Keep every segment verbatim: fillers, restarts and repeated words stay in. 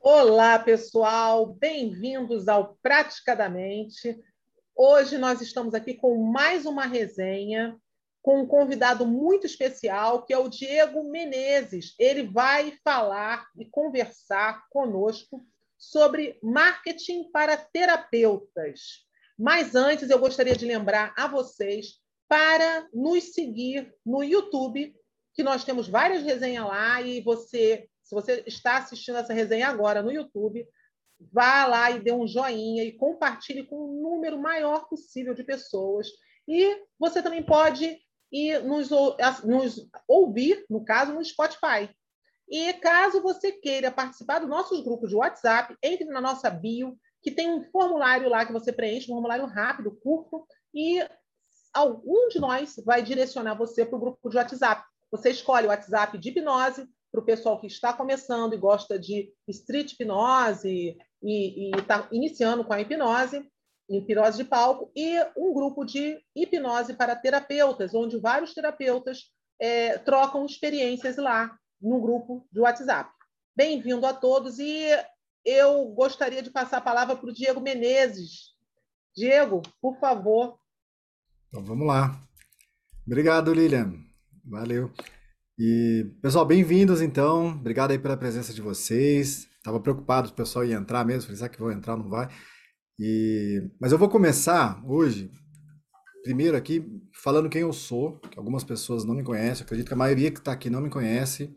Olá, pessoal, bem-vindos ao Praticadamente. Hoje nós estamos aqui com mais uma resenha com um convidado muito especial, que é o Diego Menezes. Ele vai falar e conversar conosco sobre marketing para terapeutas. Mas antes, eu gostaria de lembrar a vocês para nos seguir no YouTube, que nós temos várias resenhas lá e você, se você está assistindo essa resenha agora no YouTube, vá lá e dê um joinha e compartilhe com um número maior possível de pessoas. E você também pode ir nos, nos ouvir, no caso, no Spotify. E caso você queira participar dos nossos grupos de WhatsApp, entre na nossa bio, que tem um formulário lá que você preenche, um formulário rápido, curto, e algum de nós vai direcionar você para o grupo de WhatsApp. Você escolhe o WhatsApp de hipnose, para o pessoal que está começando e gosta de street hipnose e está iniciando com a hipnose, hipnose de palco, e um grupo de hipnose para terapeutas, onde vários terapeutas é, trocam experiências lá no grupo de WhatsApp. Bem-vindo a todos e eu gostaria de passar a palavra para o Diego Menezes. Diego, por favor. Então vamos lá. Obrigado, Lilian. Valeu. E, pessoal, bem-vindos então. Obrigado aí pela presença de vocês. Tava preocupado se o pessoal ia entrar mesmo, falei, será que vou entrar ou não vai? E... Mas eu vou começar hoje, primeiro aqui, falando quem eu sou, que algumas pessoas não me conhecem, eu acredito que a maioria que está aqui não me conhece.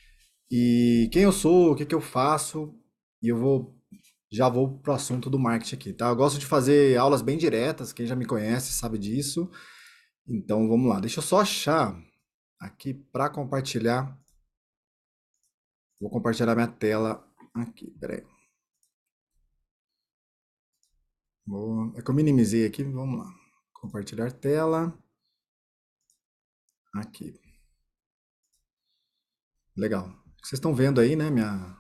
E quem eu sou, o que que eu faço, e eu vou já vou pro assunto do marketing aqui, tá? Eu gosto de fazer aulas bem diretas, quem já me conhece sabe disso. Então vamos lá, deixa eu só achar aqui para compartilhar. Vou compartilhar minha tela aqui, peraí. Vou... É que eu minimizei aqui, vamos lá. Compartilhar tela. Aqui. Legal. Vocês estão vendo aí, né, minha...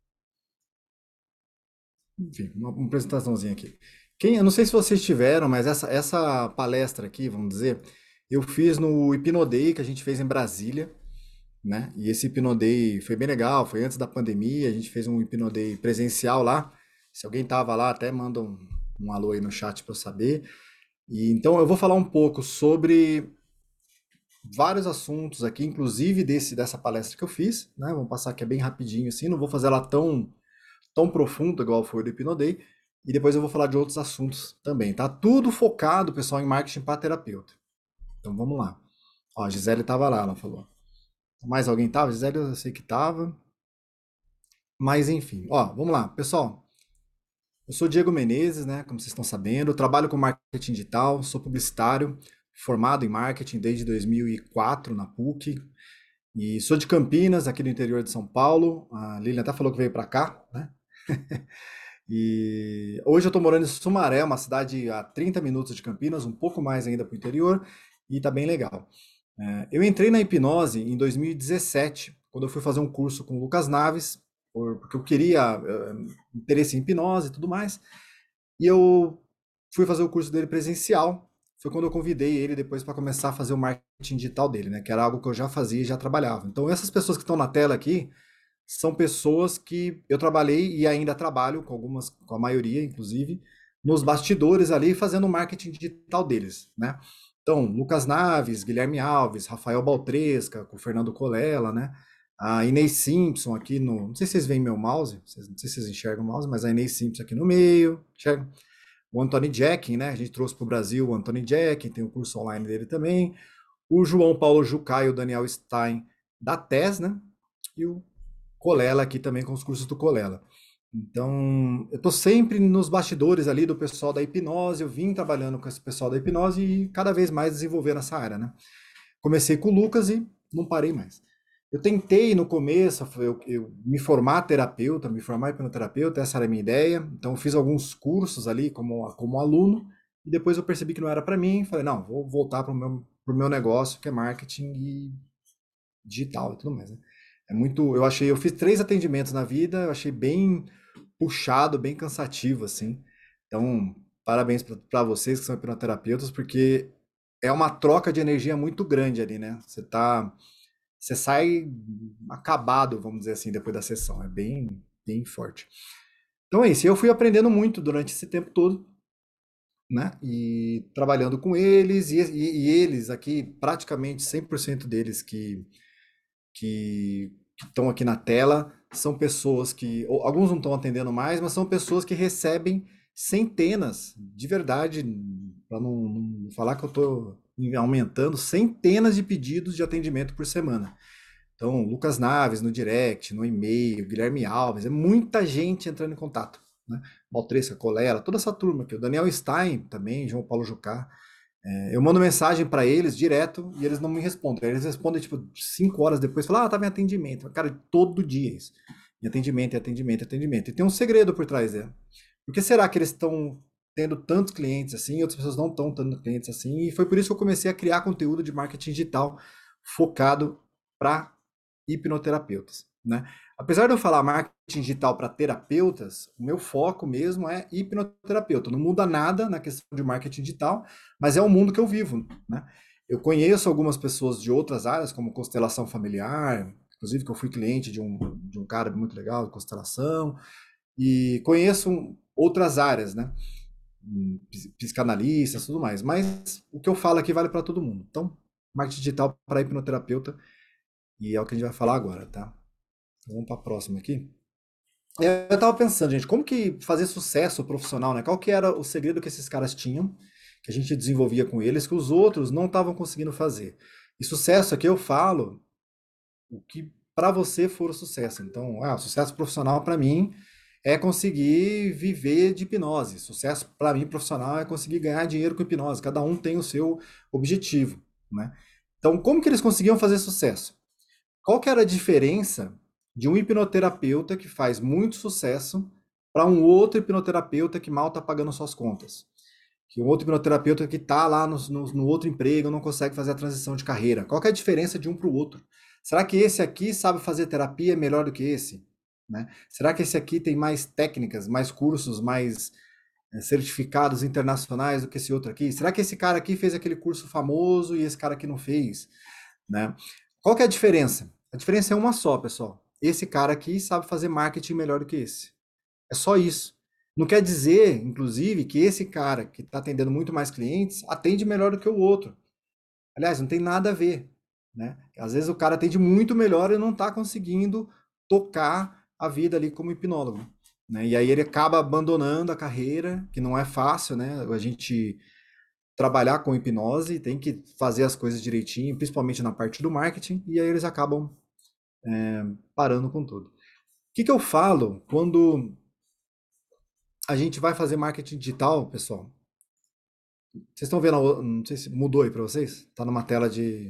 Enfim, uma, uma apresentaçãozinha aqui. Quem, eu não sei se vocês tiveram, mas essa, essa palestra aqui, vamos dizer, eu fiz no Hipnoday que a gente fez em Brasília, né? E esse Hipnoday foi bem legal, foi antes da pandemia, a gente fez um Hipnoday presencial lá. Se alguém tava lá, até manda um, um alô aí no chat para eu saber. E então eu vou falar um pouco sobre vários assuntos aqui, inclusive desse dessa palestra que eu fiz, né? Vamos passar aqui é bem rapidinho assim, não vou fazer ela tão tão profunda igual foi do Hipnoday. E depois eu vou falar de outros assuntos também, tá? Tudo focado, pessoal, em marketing para terapeuta. Então vamos lá. Ó, a Gisele tava lá, ela falou. Mais alguém tava? Gisele eu sei que tava. Mas enfim, ó, vamos lá, pessoal. Eu sou Diego Menezes, né? Como vocês estão sabendo, eu trabalho com marketing digital, sou publicitário, formado em marketing desde dois mil e quatro na PUC e sou de Campinas, aqui do interior de São Paulo. A Lilian até falou que veio para cá, né? E hoje eu estou morando em Sumaré, uma cidade a trinta minutos de Campinas, um pouco mais ainda para o interior, e tá bem legal. É, eu entrei na hipnose em dois mil e dezessete, quando eu fui fazer um curso com o Lucas Naves, por- porque eu queria eh, interesse em hipnose e tudo mais. E eu fui fazer o curso dele presencial. Foi quando eu convidei ele depois para começar a fazer o marketing digital dele, né? Que era algo que eu já fazia e já trabalhava. Então, essas pessoas que estão na tela aqui são pessoas que eu trabalhei e ainda trabalho, com algumas, com a maioria, inclusive, nos bastidores ali, fazendo o marketing digital deles, né? Então, Lucas Naves, Guilherme Alves, Rafael Baltresca, com o Fernando Colella, né? A Inês Simpson aqui no. Não sei se vocês veem meu mouse, vocês- não sei se vocês enxergam o mouse, mas a Inês Simpson aqui no meio. Enxerga? O Anthony Jackin, né? A gente trouxe para o Brasil o Anthony Jackin, tem o curso online dele também. O João Paulo Jucá e o Daniel Stein da T E S, né? E o Colella aqui também com os cursos do Colella. Então, eu tô sempre nos bastidores ali do pessoal da hipnose, eu vim trabalhando com esse pessoal da hipnose e cada vez mais desenvolvendo essa área, né? Comecei com o Lucas e não parei mais. Eu tentei no começo, eu, eu me formar terapeuta, me formar hipnoterapeuta, essa era a minha ideia. Então, eu fiz alguns cursos ali como, como aluno e depois eu percebi que não era para mim. Falei, não, vou voltar para o meu, pro meu negócio, que é marketing e digital e tudo mais, né? É muito, eu achei, eu fiz três atendimentos na vida, eu achei bem puxado, bem cansativo, assim. Então, parabéns para vocês que são hipnoterapeutas, porque é uma troca de energia muito grande ali, né? Você tá, você sai acabado, vamos dizer assim, depois da sessão. É bem, bem forte. Então é isso, eu fui aprendendo muito durante esse tempo todo, né? E trabalhando com eles, e, e- e eles aqui, praticamente cem por cento deles que que estão aqui na tela, são pessoas que, ou- alguns não estão atendendo mais, mas são pessoas que recebem centenas, de verdade, para não, não falar que eu estou aumentando, centenas de pedidos de atendimento por semana. Então, Lucas Naves no direct, no e-mail, Guilherme Alves, é muita gente entrando em contato, né? Maltresca, Colela, toda essa turma aqui, o Daniel Stein também, João Paulo Jucá. É, eu mando mensagem para eles direto e eles não me respondem. Eles respondem tipo cinco horas depois, falam, ah, tava em atendimento. Cara, todo dia isso. Em atendimento, em atendimento, em atendimento. E tem um segredo por trás dela. Por que será que eles estão tendo tantos clientes assim e outras pessoas não estão tendo clientes assim? E foi por isso que eu comecei a criar conteúdo de marketing digital focado para hipnoterapeutas, né? Apesar de eu falar marketing digital para terapeutas, o meu foco mesmo é hipnoterapeuta. Não muda nada na questão de marketing digital, mas é o mundo que eu vivo, né? Eu conheço algumas pessoas de outras áreas, como constelação familiar, inclusive que eu fui cliente de um, de um cara muito legal de constelação, e conheço outras áreas, né? Hum, ps- Psicanalistas, tudo mais. Mas o que eu falo aqui vale para todo mundo. Então, marketing digital para hipnoterapeuta, e é o que a gente vai falar agora, tá? Então, vamos para a próxima aqui. É, eu tava pensando, gente, como que fazer sucesso profissional, né? Qual que era o segredo que esses caras tinham, que a gente desenvolvia com eles, que os outros não estavam conseguindo fazer. E sucesso aqui eu falo o que para você for o sucesso. Então, ah, o sucesso profissional para mim é conseguir viver de hipnose. Sucesso para mim profissional é conseguir ganhar dinheiro com hipnose. Cada um tem o seu objetivo, né? Então, como que eles conseguiam fazer sucesso? Qual que era a diferença de um hipnoterapeuta que faz muito sucesso para um outro hipnoterapeuta que mal está pagando suas contas? Que um outro hipnoterapeuta que está lá no, no, no outro emprego não consegue fazer a transição de carreira. Qual que é a diferença de um para o outro? Será que esse aqui sabe fazer terapia melhor do que esse? Né? Será que esse aqui tem mais técnicas, mais cursos, mais eh, certificados internacionais do que esse outro aqui? Será que esse cara aqui fez aquele curso famoso e esse cara aqui não fez? Né? Qual que é a diferença? A diferença é uma só, pessoal. Esse cara aqui sabe fazer marketing melhor do que esse. É só isso. Não quer dizer, inclusive, que esse cara que está atendendo muito mais clientes atende melhor do que o outro. Aliás, não tem nada a ver, né? Às vezes o cara atende muito melhor e não está conseguindo tocar a vida ali como hipnólogo, né? E aí ele acaba abandonando a carreira, que não é fácil, né? A gente trabalhar com hipnose tem que fazer as coisas direitinho, principalmente na parte do marketing, e aí eles acabam parando com tudo. O que que eu falo quando a gente vai fazer marketing digital, pessoal? Vocês estão vendo, a não sei se mudou aí para vocês? Tá numa tela de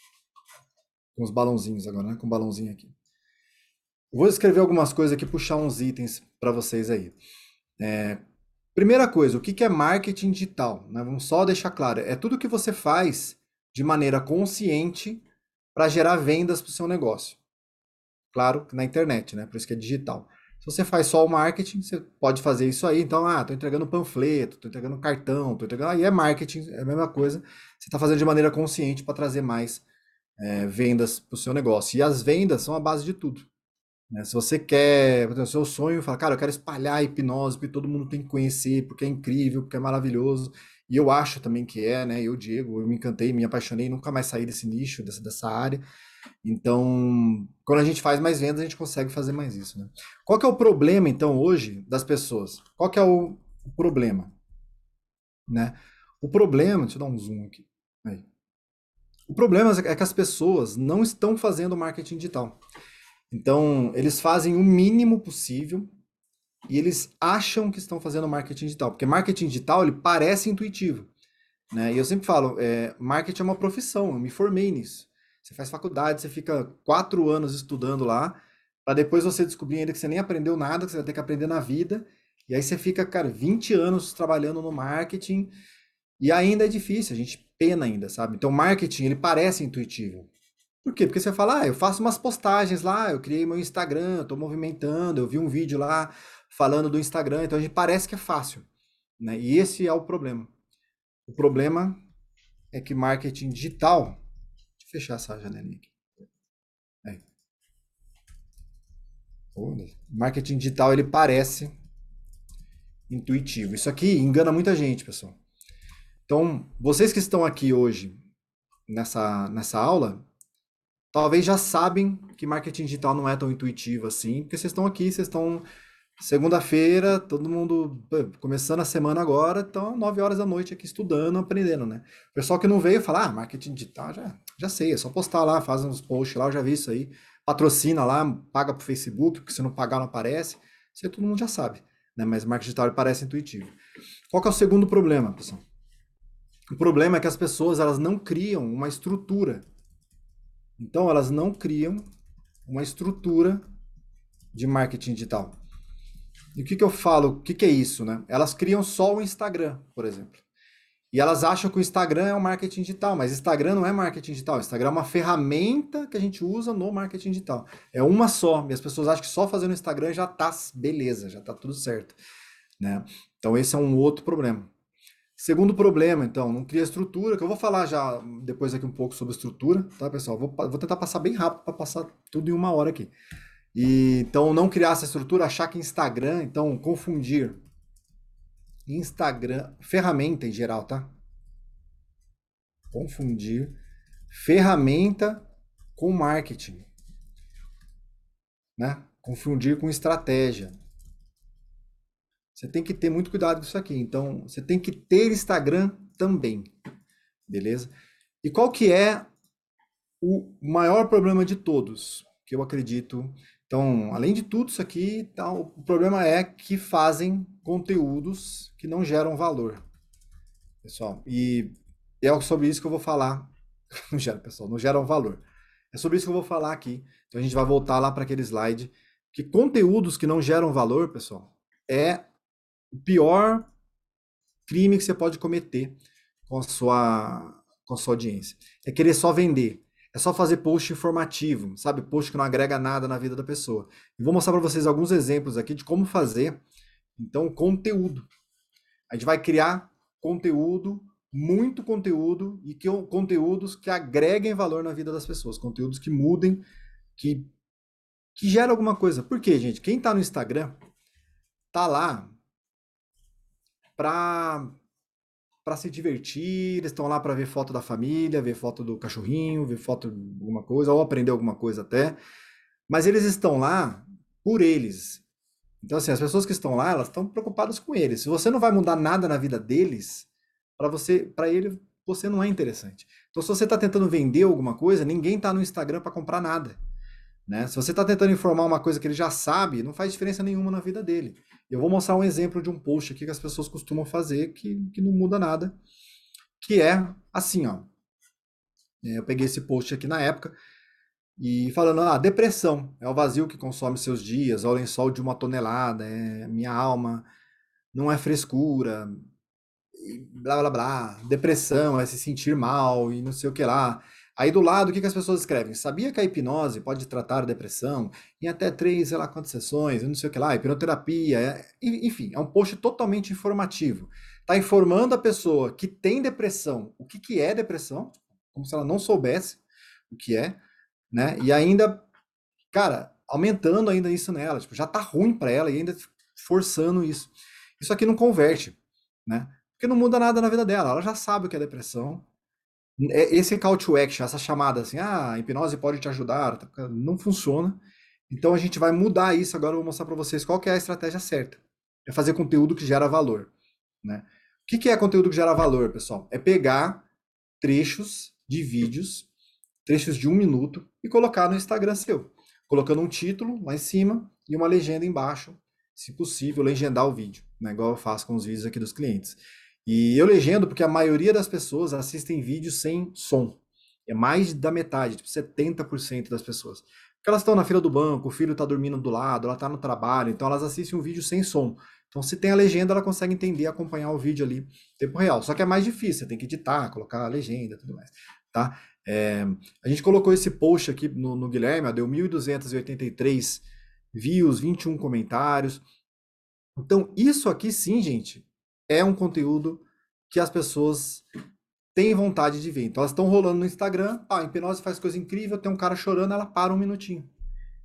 com uns balãozinhos agora, né? Com um balãozinho aqui. Vou escrever algumas coisas aqui, puxar uns itens para vocês aí. Primeira coisa, o que que é marketing digital? Né? Vamos só deixar claro, é tudo que você faz de maneira consciente para gerar vendas para o seu negócio. Claro, na internet, né? Por isso que é digital. Se você faz só o marketing, você pode fazer isso aí. Então, ah, tô entregando panfleto, tô entregando cartão, tô entregando. Aí é marketing, é a mesma coisa. Você está fazendo de maneira consciente para trazer mais é, vendas para o seu negócio. E as vendas são a base de tudo. Né? Se você quer, por exemplo, seu sonho, fala, cara, eu quero espalhar a hipnose, porque todo mundo tem que conhecer, porque é incrível, porque é maravilhoso. E eu acho também que é, né? Eu, Diego, eu me encantei, me apaixonei, nunca mais saí desse nicho, dessa, dessa área. Então, quando a gente faz mais vendas, a gente consegue fazer mais isso, né? Qual que é o problema, então, hoje, das pessoas? Qual que é o, o problema, né? O problema, deixa eu dar um zoom aqui. Aí. O problema é que as pessoas não estão fazendo marketing digital. Então, eles fazem o mínimo possível e eles acham que estão fazendo marketing digital, porque marketing digital ele parece intuitivo, né? E eu sempre falo, é, marketing é uma profissão, eu me formei nisso. Você faz faculdade, você fica quatro anos estudando lá, para depois você descobrir ainda que você nem aprendeu nada, que você vai ter que aprender na vida, e aí você fica, cara, vinte anos trabalhando no marketing, e ainda é difícil, a gente pena ainda, sabe? Então, marketing, ele parece intuitivo. Por quê? Porque você fala, ah, eu faço umas postagens lá, eu criei meu Instagram, eu tô movimentando, eu vi um vídeo lá falando do Instagram, então a gente parece que é fácil, né? E esse é o problema. O problema é que marketing digital. Deixa eu fechar essa janelinha aqui. Aí. Marketing digital, ele parece intuitivo. Isso aqui engana muita gente, pessoal. Então, vocês que estão aqui hoje nessa, nessa aula, talvez já sabem que marketing digital não é tão intuitivo assim, porque vocês estão aqui, vocês estão segunda-feira, todo mundo pô, começando a semana agora, então nove horas da noite aqui estudando, aprendendo, né? O pessoal que não veio fala, ah, marketing digital, já, já sei, é só postar lá, faz uns posts lá, eu já vi isso aí, patrocina lá, paga pro Facebook, porque se não pagar não aparece, isso aí todo mundo já sabe, né? Mas marketing digital parece intuitivo. Qual que é o segundo problema, pessoal? O problema é que as pessoas, elas não criam uma estrutura. Então, elas não criam uma estrutura de marketing digital. E o que que eu falo? O que que é isso, né? Elas criam só o Instagram, por exemplo. E elas acham que o Instagram é o marketing digital, mas Instagram não é marketing digital. Instagram é uma ferramenta que a gente usa no marketing digital. É uma só. E as pessoas acham que só fazendo o Instagram já tá beleza, já tá tudo certo, né? Então esse é um outro problema. Segundo problema, então, não cria estrutura, que eu vou falar já depois aqui um pouco sobre estrutura, tá, pessoal? Vou, vou tentar passar bem rápido para passar tudo em uma hora aqui. E, então, não criar essa estrutura, achar que Instagram, então, confundir Instagram, ferramenta em geral, tá? Confundir ferramenta com marketing, né? Confundir com estratégia. Você tem que ter muito cuidado com isso aqui. Então, você tem que ter Instagram também, beleza? E qual que é o maior problema de todos, que eu acredito? Então, além de tudo isso aqui, tá, o problema é que fazem conteúdos que não geram valor, pessoal. E é sobre isso que eu vou falar. Não gera, pessoal, não geram valor. É sobre isso que eu vou falar aqui. Então, a gente vai voltar lá para aquele slide. Que conteúdos que não geram valor, pessoal, é o pior crime que você pode cometer com a sua, com a sua audiência. É querer só vender. É só fazer post informativo, sabe? Post que não agrega nada na vida da pessoa. E vou mostrar para vocês alguns exemplos aqui de como fazer, então, conteúdo. A gente vai criar conteúdo, muito conteúdo, e que, conteúdos que agreguem valor na vida das pessoas. Conteúdos que mudem, que, que geram alguma coisa. Por quê, gente? Quem está no Instagram tá lá para para se divertir, eles estão lá para ver foto da família, ver foto do cachorrinho, ver foto de alguma coisa, ou aprender alguma coisa até. Mas eles estão lá por eles. Então, assim, as pessoas que estão lá, elas estão preocupadas com eles. Se você não vai mudar nada na vida deles, para você, para ele, você não é interessante. Então, se você está tentando vender alguma coisa, ninguém está no Instagram para comprar nada. Né? Se você está tentando informar uma coisa que ele já sabe, não faz diferença nenhuma na vida dele. Eu vou mostrar um exemplo de um post aqui que as pessoas costumam fazer que, que não muda nada, que é assim, ó. Eu peguei esse post aqui na época e falando, ah, depressão é o vazio que consome seus dias, é o lençol de uma tonelada, é minha alma, não é frescura, blá blá blá, depressão é se sentir mal e não sei o que lá. Aí do lado, o que, que as pessoas escrevem? Sabia que a hipnose pode tratar a depressão em até três, sei lá quantas sessões, não sei o que lá, hipnoterapia, é... enfim, é um post totalmente informativo. Tá informando a pessoa que tem depressão, o que, que é depressão, como se ela não soubesse o que é, né? E ainda, cara, aumentando ainda isso nela, tipo, já tá ruim para ela e ainda forçando isso. Isso aqui não converte, né? Porque não muda nada na vida dela, ela já sabe o que é depressão. Esse call to action, essa chamada assim, ah, a hipnose pode te ajudar, não funciona. Então a gente vai mudar isso agora, eu vou mostrar para vocês qual que é a estratégia certa. É fazer conteúdo que gera valor, né? O que que é conteúdo que gera valor, pessoal? É pegar trechos de vídeos, trechos de um minuto e colocar no Instagram seu, colocando um título lá em cima e uma legenda embaixo, se possível, legendar o vídeo, né? Igual eu faço com os vídeos aqui dos clientes. E eu legendo porque a maioria das pessoas assistem vídeos sem som. É mais da metade, tipo setenta por cento das pessoas. Porque elas estão na fila do banco, o filho está dormindo do lado, ela está no trabalho, então elas assistem um vídeo sem som. Então se tem a legenda, ela consegue entender e acompanhar o vídeo ali em tempo real. Só que é mais difícil, você tem que editar, colocar a legenda e tudo mais. Tá? É, a gente colocou esse post aqui no, no Guilherme, ó, deu mil duzentos e oitenta e três views, vinte e um comentários. Então isso aqui sim, gente, é um conteúdo que as pessoas têm vontade de ver. Então elas estão rolando no Instagram, ah, a hipnose faz coisa incrível, tem um cara chorando, ela para um minutinho.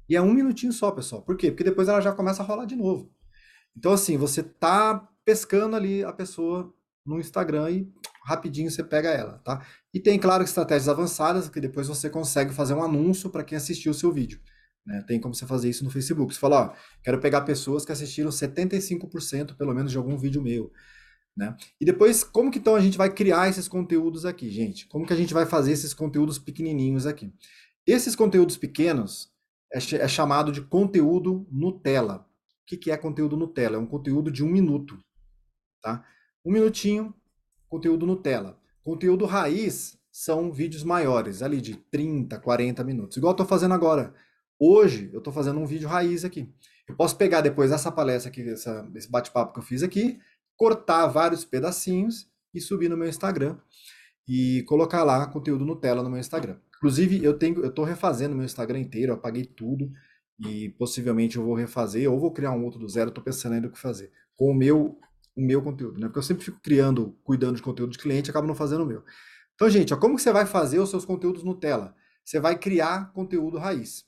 E é um minutinho só, pessoal. Por quê? Porque depois ela já começa a rolar de novo. Então, assim, você tá pescando ali a pessoa no Instagram e rapidinho você pega ela, tá? E tem, claro, estratégias avançadas que depois você consegue fazer um anúncio para quem assistiu o seu vídeo. Né? Tem como você fazer isso no Facebook. Você fala, ó, quero pegar pessoas que assistiram setenta e cinco por cento pelo menos de algum vídeo meu. Né? E depois, como que então a gente vai criar esses conteúdos aqui, gente? Como que a gente vai fazer esses conteúdos pequenininhos aqui? Esses conteúdos pequenos é, é chamado de conteúdo Nutella. O que, que é conteúdo Nutella? É um conteúdo de um minuto, tá? Um minutinho, conteúdo Nutella. Conteúdo raiz são vídeos maiores, ali de trinta, quarenta minutos. Igual eu estou fazendo agora. Hoje eu estou fazendo um vídeo raiz aqui. Eu posso pegar depois essa palestra aqui, essa, esse bate-papo que eu fiz aqui, cortar vários pedacinhos e subir no meu Instagram e colocar lá conteúdo Nutella no meu Instagram. Inclusive, eu tenho, eu tô refazendo meu Instagram inteiro, eu apaguei tudo e possivelmente eu vou refazer ou vou criar um outro do zero, tô pensando ainda o que fazer com o meu o meu conteúdo, né? Porque eu sempre fico criando, cuidando de conteúdo de cliente, acabo não fazendo o meu. Então, gente, ó, como que você vai fazer os seus conteúdos Nutella? Você vai criar conteúdo raiz.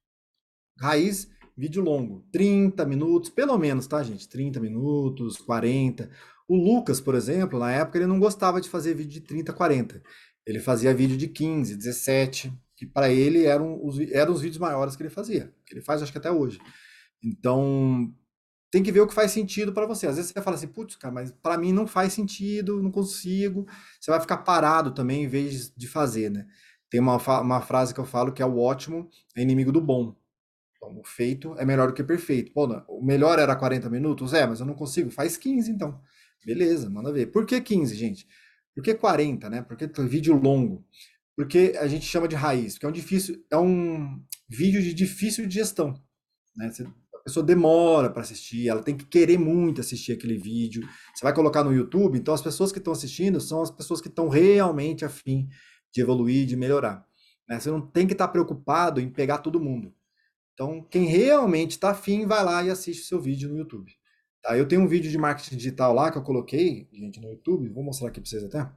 Raiz, vídeo longo, trinta minutos, pelo menos, tá, gente? trinta minutos, quarenta. O Lucas, por exemplo, na época ele não gostava de fazer vídeo de trinta, quarenta. Ele fazia vídeo de quinze, dezessete, que para ele eram os, eram os vídeos maiores que ele fazia, que ele faz acho que até hoje. Então, tem que ver o que faz sentido para você. Às vezes você fala assim, putz, cara, mas para mim não faz sentido, não consigo. Você vai ficar parado também em vez de fazer, né? Tem uma, uma frase que eu falo que é o ótimo é inimigo do bom. Então, o feito é melhor do que perfeito. Pô, não, o melhor era quarenta minutos? É, mas eu não consigo. Faz quinze, então. Beleza, manda ver. Por que quinze, gente? Por que quarenta, né? Por que vídeo longo? Porque a gente chama de raiz, porque é um difícil, é um vídeo de difícil digestão, né? Você, a pessoa demora para assistir, ela tem que querer muito assistir aquele vídeo. Você vai colocar no YouTube, então as pessoas que estão assistindo são as pessoas que estão realmente afim de evoluir, de melhorar. Né? Você não tem que estar preocupado em pegar todo mundo. Então, quem realmente está afim, vai lá e assiste o seu vídeo no YouTube. Tá? Eu tenho um vídeo de marketing digital lá que eu coloquei, gente, no YouTube. Vou mostrar aqui para vocês até.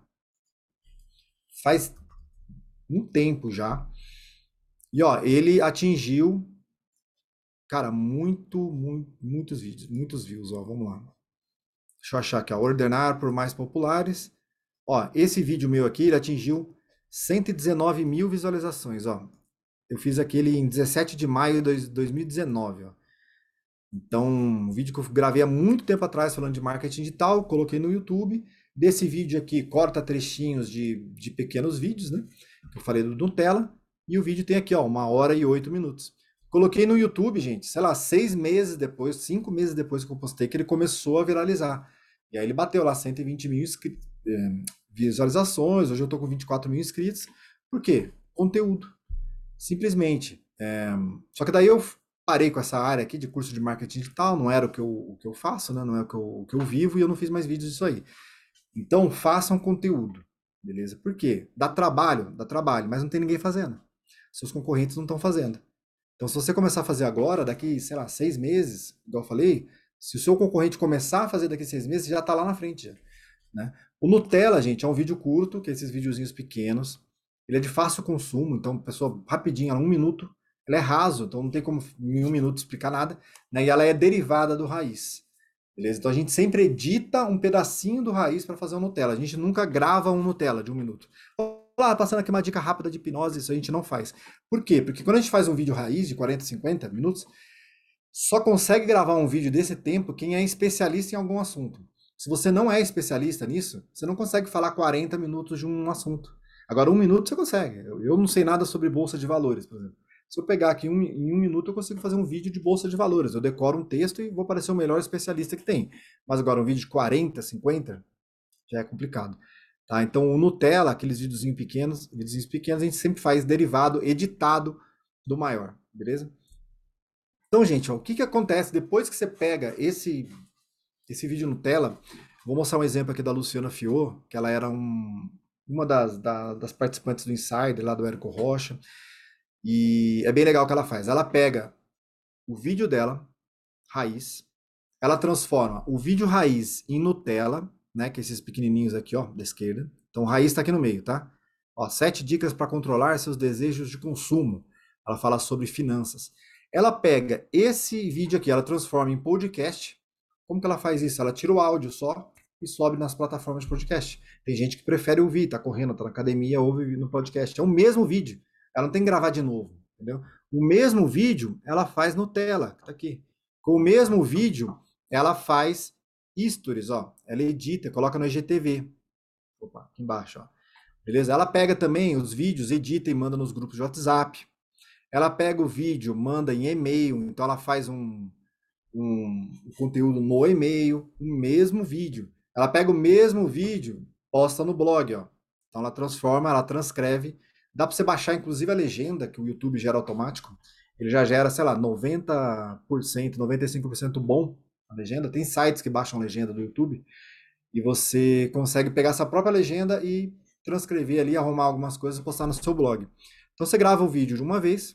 Faz um tempo já. E ó, ele atingiu, cara, muito, muito, muitos vídeos, muitos views. Ó, vamos lá. Deixa eu achar aqui, ó, ordenar por mais populares. Ó, esse vídeo meu aqui, ele atingiu cento e dezenove mil visualizações, ó. Eu fiz aquele em dezessete de maio de dois mil e dezenove, ó. Então, um vídeo que eu gravei há muito tempo atrás falando de marketing digital, coloquei no YouTube. Desse vídeo aqui, corta trechinhos de, de pequenos vídeos, né? Que eu falei do Nutella. E o vídeo tem aqui, ó, uma hora e oito minutos. Coloquei no YouTube, gente, sei lá, seis meses depois, cinco meses depois que eu postei, que ele começou a viralizar. E aí ele bateu lá cento e vinte mil visualizações. Hoje eu tô com vinte e quatro mil inscritos. Por quê? Conteúdo. Simplesmente. É... Só que daí eu parei com essa área aqui de curso de marketing digital, não era o que eu, o que eu faço, né? Não é o que eu, o que eu vivo e eu não fiz mais vídeos disso aí. Então, façam conteúdo, beleza? Por quê? Dá trabalho, dá trabalho, mas não tem ninguém fazendo. Seus concorrentes não estão fazendo. Então, se você começar a fazer agora, daqui, sei lá, seis meses, igual eu falei, se o seu concorrente começar a fazer daqui a seis meses, já está lá na frente, já, né? O Nutella, gente, é um vídeo curto, que é esses videozinhos pequenos. Ele é de fácil consumo, então, pessoa, rapidinho, um minuto. Ela é raso, então não tem como em um minuto explicar nada, né? E ela é derivada do raiz, beleza? Então a gente sempre edita um pedacinho do raiz para fazer um Nutella. A gente nunca grava um Nutella de um minuto. Olá, passando aqui uma dica rápida de hipnose, isso a gente não faz. Por quê? Porque quando a gente faz um vídeo raiz de quarenta, cinquenta minutos, só consegue gravar um vídeo desse tempo quem é especialista em algum assunto. Se você não é especialista nisso, você não consegue falar quarenta minutos de um assunto. Agora, um minuto você consegue. Eu, eu não sei nada sobre bolsa de valores, por exemplo. Se eu pegar aqui um, em um minuto, eu consigo fazer um vídeo de bolsa de valores. Eu decoro um texto e vou parecer o melhor especialista que tem. Mas agora, um vídeo de quarenta, cinquenta, já é complicado. Tá? Então, o Nutella, aqueles videozinhos pequenos, videozinhos pequenos, a gente sempre faz derivado, editado do maior, beleza? Então, gente, ó, o que, que acontece depois que você pega esse, esse vídeo Nutella? Vou mostrar um exemplo aqui da Luciana Fior, que ela era um, uma das, da, das participantes do Insider, lá do Érico Rocha. E é bem legal o que ela faz. Ela pega o vídeo dela, raiz, ela transforma o vídeo raiz em Nutella, né, que é esses pequenininhos aqui, ó, da esquerda. Então, o raiz está aqui no meio, tá? Ó, sete dicas para controlar seus desejos de consumo. Ela fala sobre finanças. Ela pega esse vídeo aqui, ela transforma em podcast. Como que ela faz isso? Ela tira o áudio só e sobe nas plataformas de podcast. Tem gente que prefere ouvir, tá correndo, tá na academia, ouve no podcast. É o mesmo vídeo. Ela não tem que gravar de novo, entendeu? O mesmo vídeo ela faz no Tela, que tá aqui. Com o mesmo vídeo, ela faz stories, ó. Ela edita, coloca no I G T V. Opa, aqui embaixo, ó. Beleza? Ela pega também os vídeos, edita e manda nos grupos de WhatsApp. Ela pega o vídeo, manda em e-mail, então ela faz um, um, um conteúdo no e-mail, o mesmo vídeo. Ela pega o mesmo vídeo, posta no blog, ó. Então ela transforma, ela transcreve. Dá para você baixar, inclusive, a legenda que o YouTube gera automático. Ele já gera, sei lá, noventa por cento, noventa e cinco por cento bom a legenda. Tem sites que baixam legenda do YouTube e você consegue pegar essa própria legenda e transcrever ali, arrumar algumas coisas e postar no seu blog. Então você grava o vídeo de uma vez,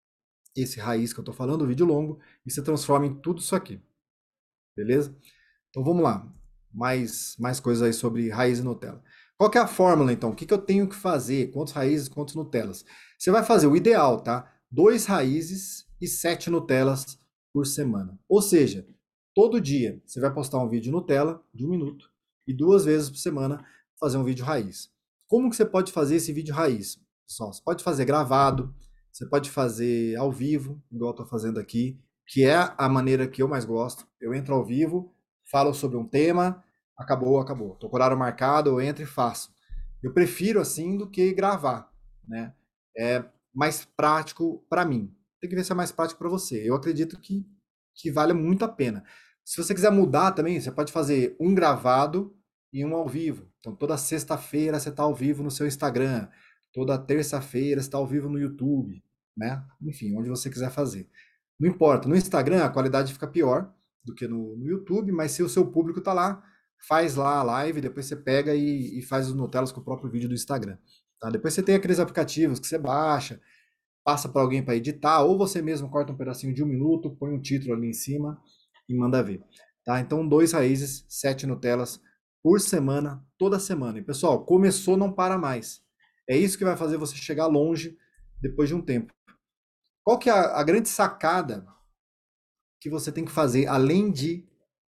esse raiz que eu tô falando, o vídeo longo, e você transforma em tudo isso aqui. Beleza? Então vamos lá. Mais, mais coisas aí sobre raiz e Nutella. Qual que é a fórmula, então? O que, que eu tenho que fazer? Quantos raízes, quantos Nutellas? Você vai fazer o ideal, tá? Dois raízes e sete Nutellas por semana. Ou seja, todo dia você vai postar um vídeo Nutella de um minuto e duas vezes por semana fazer um vídeo raiz. Como que você pode fazer esse vídeo raiz? Pessoal, você pode fazer gravado, você pode fazer ao vivo, igual eu estou fazendo aqui, que é a maneira que eu mais gosto. Eu entro ao vivo, falo sobre um tema, acabou, acabou. Tô com horário marcado, eu entro e faço. Eu prefiro assim do que gravar, né? É mais prático para mim. Tem que ver se é mais prático para você. Eu acredito que, que vale muito a pena. Se você quiser mudar também, você pode fazer um gravado e um ao vivo. Então toda sexta-feira você está ao vivo no seu Instagram, toda terça-feira você está ao vivo no YouTube, né? Enfim, onde você quiser fazer. Não importa, no Instagram a qualidade fica pior do que no, no YouTube, mas se o seu público tá lá, faz lá a live, depois você pega e, e faz os Nutellas com o próprio vídeo do Instagram. Tá? Depois você tem aqueles aplicativos que você baixa, passa para alguém para editar, ou você mesmo corta um pedacinho de um minuto, põe um título ali em cima e manda ver. Tá? Então, dois raízes, sete Nutellas por semana, toda semana. E pessoal, começou, não para mais. É isso que vai fazer você chegar longe depois de um tempo. Qual que é a, a grande sacada que você tem que fazer, além de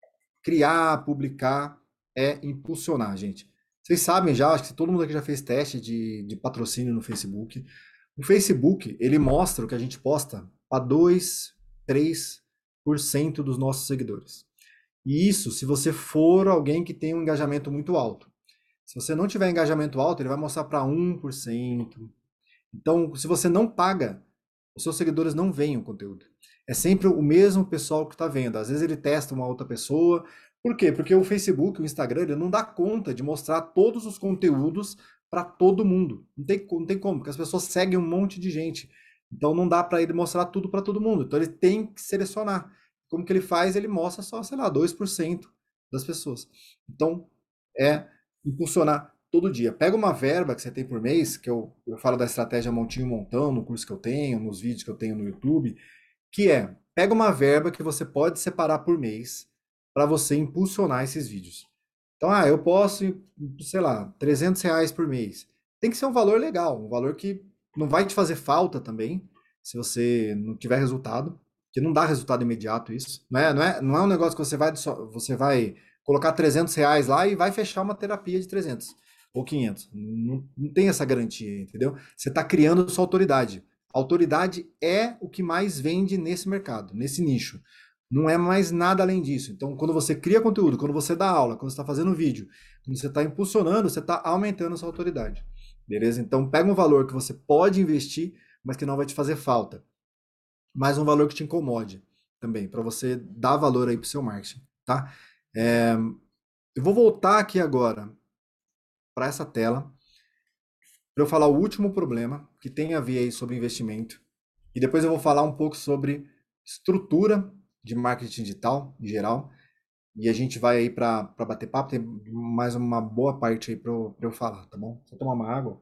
criar, publicar, é impulsionar, gente? Vocês sabem já, acho que todo mundo aqui já fez teste de, de patrocínio no Facebook. O Facebook, ele mostra o que a gente posta para dois, três por cento dos nossos seguidores. E isso, se você for alguém que tem um engajamento muito alto. Se você não tiver engajamento alto, ele vai mostrar para um por cento. Então, se você não paga, os seus seguidores não veem o conteúdo. É sempre o mesmo pessoal que está vendo. Às vezes ele testa uma outra pessoa. Por quê? Porque o Facebook, o Instagram, ele não dá conta de mostrar todos os conteúdos para todo mundo. Não tem, não tem como, porque as pessoas seguem um monte de gente. Então não dá para ele mostrar tudo para todo mundo. Então ele tem que selecionar. Como que ele faz? Ele mostra só, sei lá, dois por cento das pessoas. Então é impulsionar todo dia. Pega uma verba que você tem por mês, que eu, eu falo da estratégia montinho montão, no curso que eu tenho, nos vídeos que eu tenho no YouTube, que é, pega uma verba que você pode separar por mês para você impulsionar esses vídeos. Então, ah, eu posso, sei lá, trezentos reais por mês. Tem que ser um valor legal, um valor que não vai te fazer falta também, se você não tiver resultado, que não dá resultado imediato isso. Não é, não é, não é um negócio que você vai, você vai colocar trezentos reais lá e vai fechar uma terapia de trezentos ou quinhentos. Não, não tem essa garantia, entendeu? Você está criando sua autoridade. Autoridade é o que mais vende nesse mercado, nesse nicho. Não é mais nada além disso. Então, quando você cria conteúdo, quando você dá aula, quando você está fazendo vídeo, quando você está impulsionando, você está aumentando a sua autoridade. Beleza? Então, pega um valor que você pode investir, mas que não vai te fazer falta. Mais um valor que te incomode também, para você dar valor aí para o seu marketing, tá? É, eu vou voltar aqui agora para essa tela para eu falar o último problema que tem a ver aí sobre investimento e depois eu vou falar um pouco sobre estrutura de marketing digital em geral e a gente vai aí para bater papo, tem mais uma boa parte aí para eu, eu falar, tá bom? Vou tomar uma água.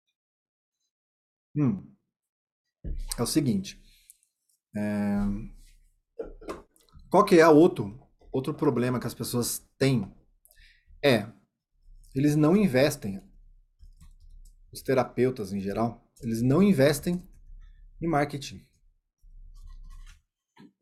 Hum, é o seguinte, é, qual que é o outro, outro problema que as pessoas têm? É, eles não investem, os terapeutas em geral, eles não investem em marketing.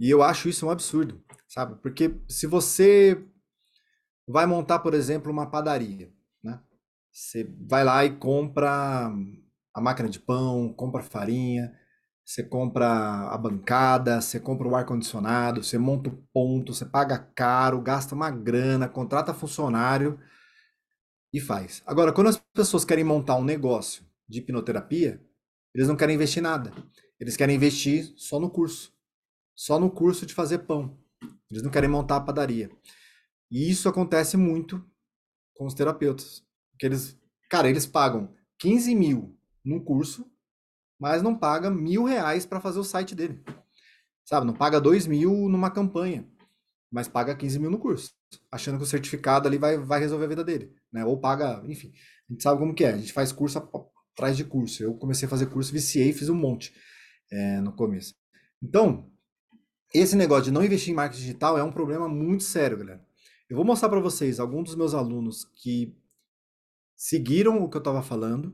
E eu acho isso um absurdo, sabe? Porque se você vai montar, por exemplo, uma padaria, né? Você vai lá e compra a máquina de pão, compra farinha, você compra a bancada, você compra o ar-condicionado, você monta o ponto, você paga caro, gasta uma grana, contrata funcionário e faz. Agora, quando as pessoas querem montar um negócio de hipnoterapia, eles não querem investir nada. Eles querem investir só no curso. Só no curso de fazer pão. Eles não querem montar a padaria. E isso acontece muito com os terapeutas. Porque eles, cara, eles pagam quinze mil num curso, mas não paga mil reais para fazer o site dele. Sabe? Não paga dois mil numa campanha, mas paga quinze mil no curso. Achando que o certificado ali vai, vai resolver a vida dele. Né? Ou paga, enfim. A gente sabe como que é. A gente faz curso atrás de curso. Eu comecei a fazer curso, viciei, fiz um monte é, no começo. Então, esse negócio de não investir em marketing digital é um problema muito sério, galera. Eu vou mostrar para vocês alguns dos meus alunos que seguiram o que eu estava falando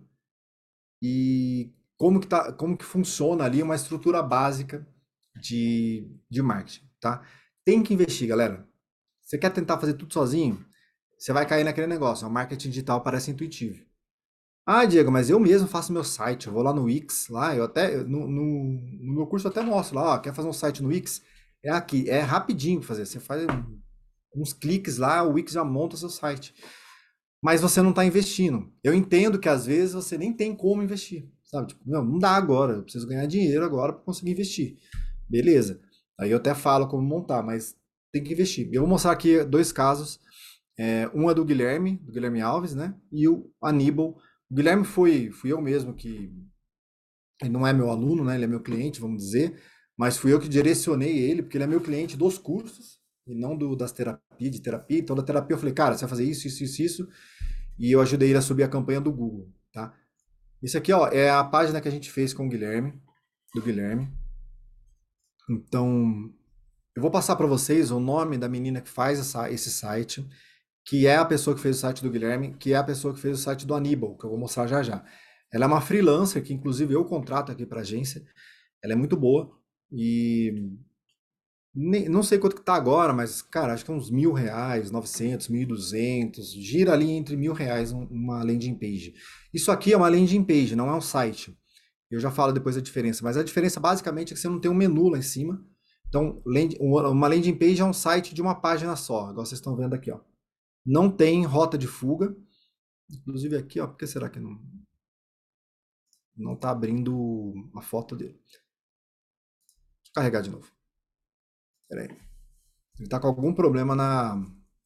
e como que, tá, como que funciona ali uma estrutura básica de, de marketing, tá? Tem que investir, galera. Você quer tentar fazer tudo sozinho? Você vai cair naquele negócio. O marketing digital parece intuitivo. Ah, Diego, mas eu mesmo faço meu site. Eu vou lá no Wix, lá, eu até no, no, no meu curso eu até mostro lá, ó, quer fazer um site no Wix? É aqui, é rapidinho pra fazer. Você faz uns cliques lá, o Wix já monta seu site. Mas você não está investindo. Eu entendo que às vezes você nem tem como investir, sabe? Tipo, não, não dá agora, eu preciso ganhar dinheiro agora para conseguir investir. Beleza. Aí eu até falo como montar, mas tem que investir. Eu vou mostrar aqui dois casos. É, um é do Guilherme, do Guilherme Alves, né? E o Aníbal. O Guilherme foi, fui eu mesmo que. Ele não é meu aluno, né? Ele é meu cliente, vamos dizer. Mas fui eu que direcionei ele, porque ele é meu cliente dos cursos e não do, das terapias, de terapia. Então, da terapia eu falei, cara, você vai fazer isso, isso, isso, isso. E eu ajudei ele a subir a campanha do Google, tá? Isso aqui, ó, é a página que a gente fez com o Guilherme, do Guilherme. Então, eu vou passar para vocês o nome da menina que faz essa, esse site, que é a pessoa que fez o site do Guilherme, que é a pessoa que fez o site do Aníbal, que eu vou mostrar já já. Ela é uma freelancer, que inclusive eu contrato aqui para agência. Ela é muito boa e nem- não sei quanto que tá agora, mas, cara, acho que é uns mil reais, novecentos, mil e duzentos, gira ali entre mil reais um- uma landing page. Isso aqui é uma landing page, não é um site. Eu já falo depois a diferença, mas a diferença basicamente é que você não tem um menu lá em cima. Então, land- uma landing page é um site de uma página só, igual vocês estão vendo aqui, ó. Não tem rota de fuga. Inclusive aqui, ó, por que será que não, não tá abrindo a foto dele? Deixa eu carregar de novo. Pera aí. Ele tá com algum problema na,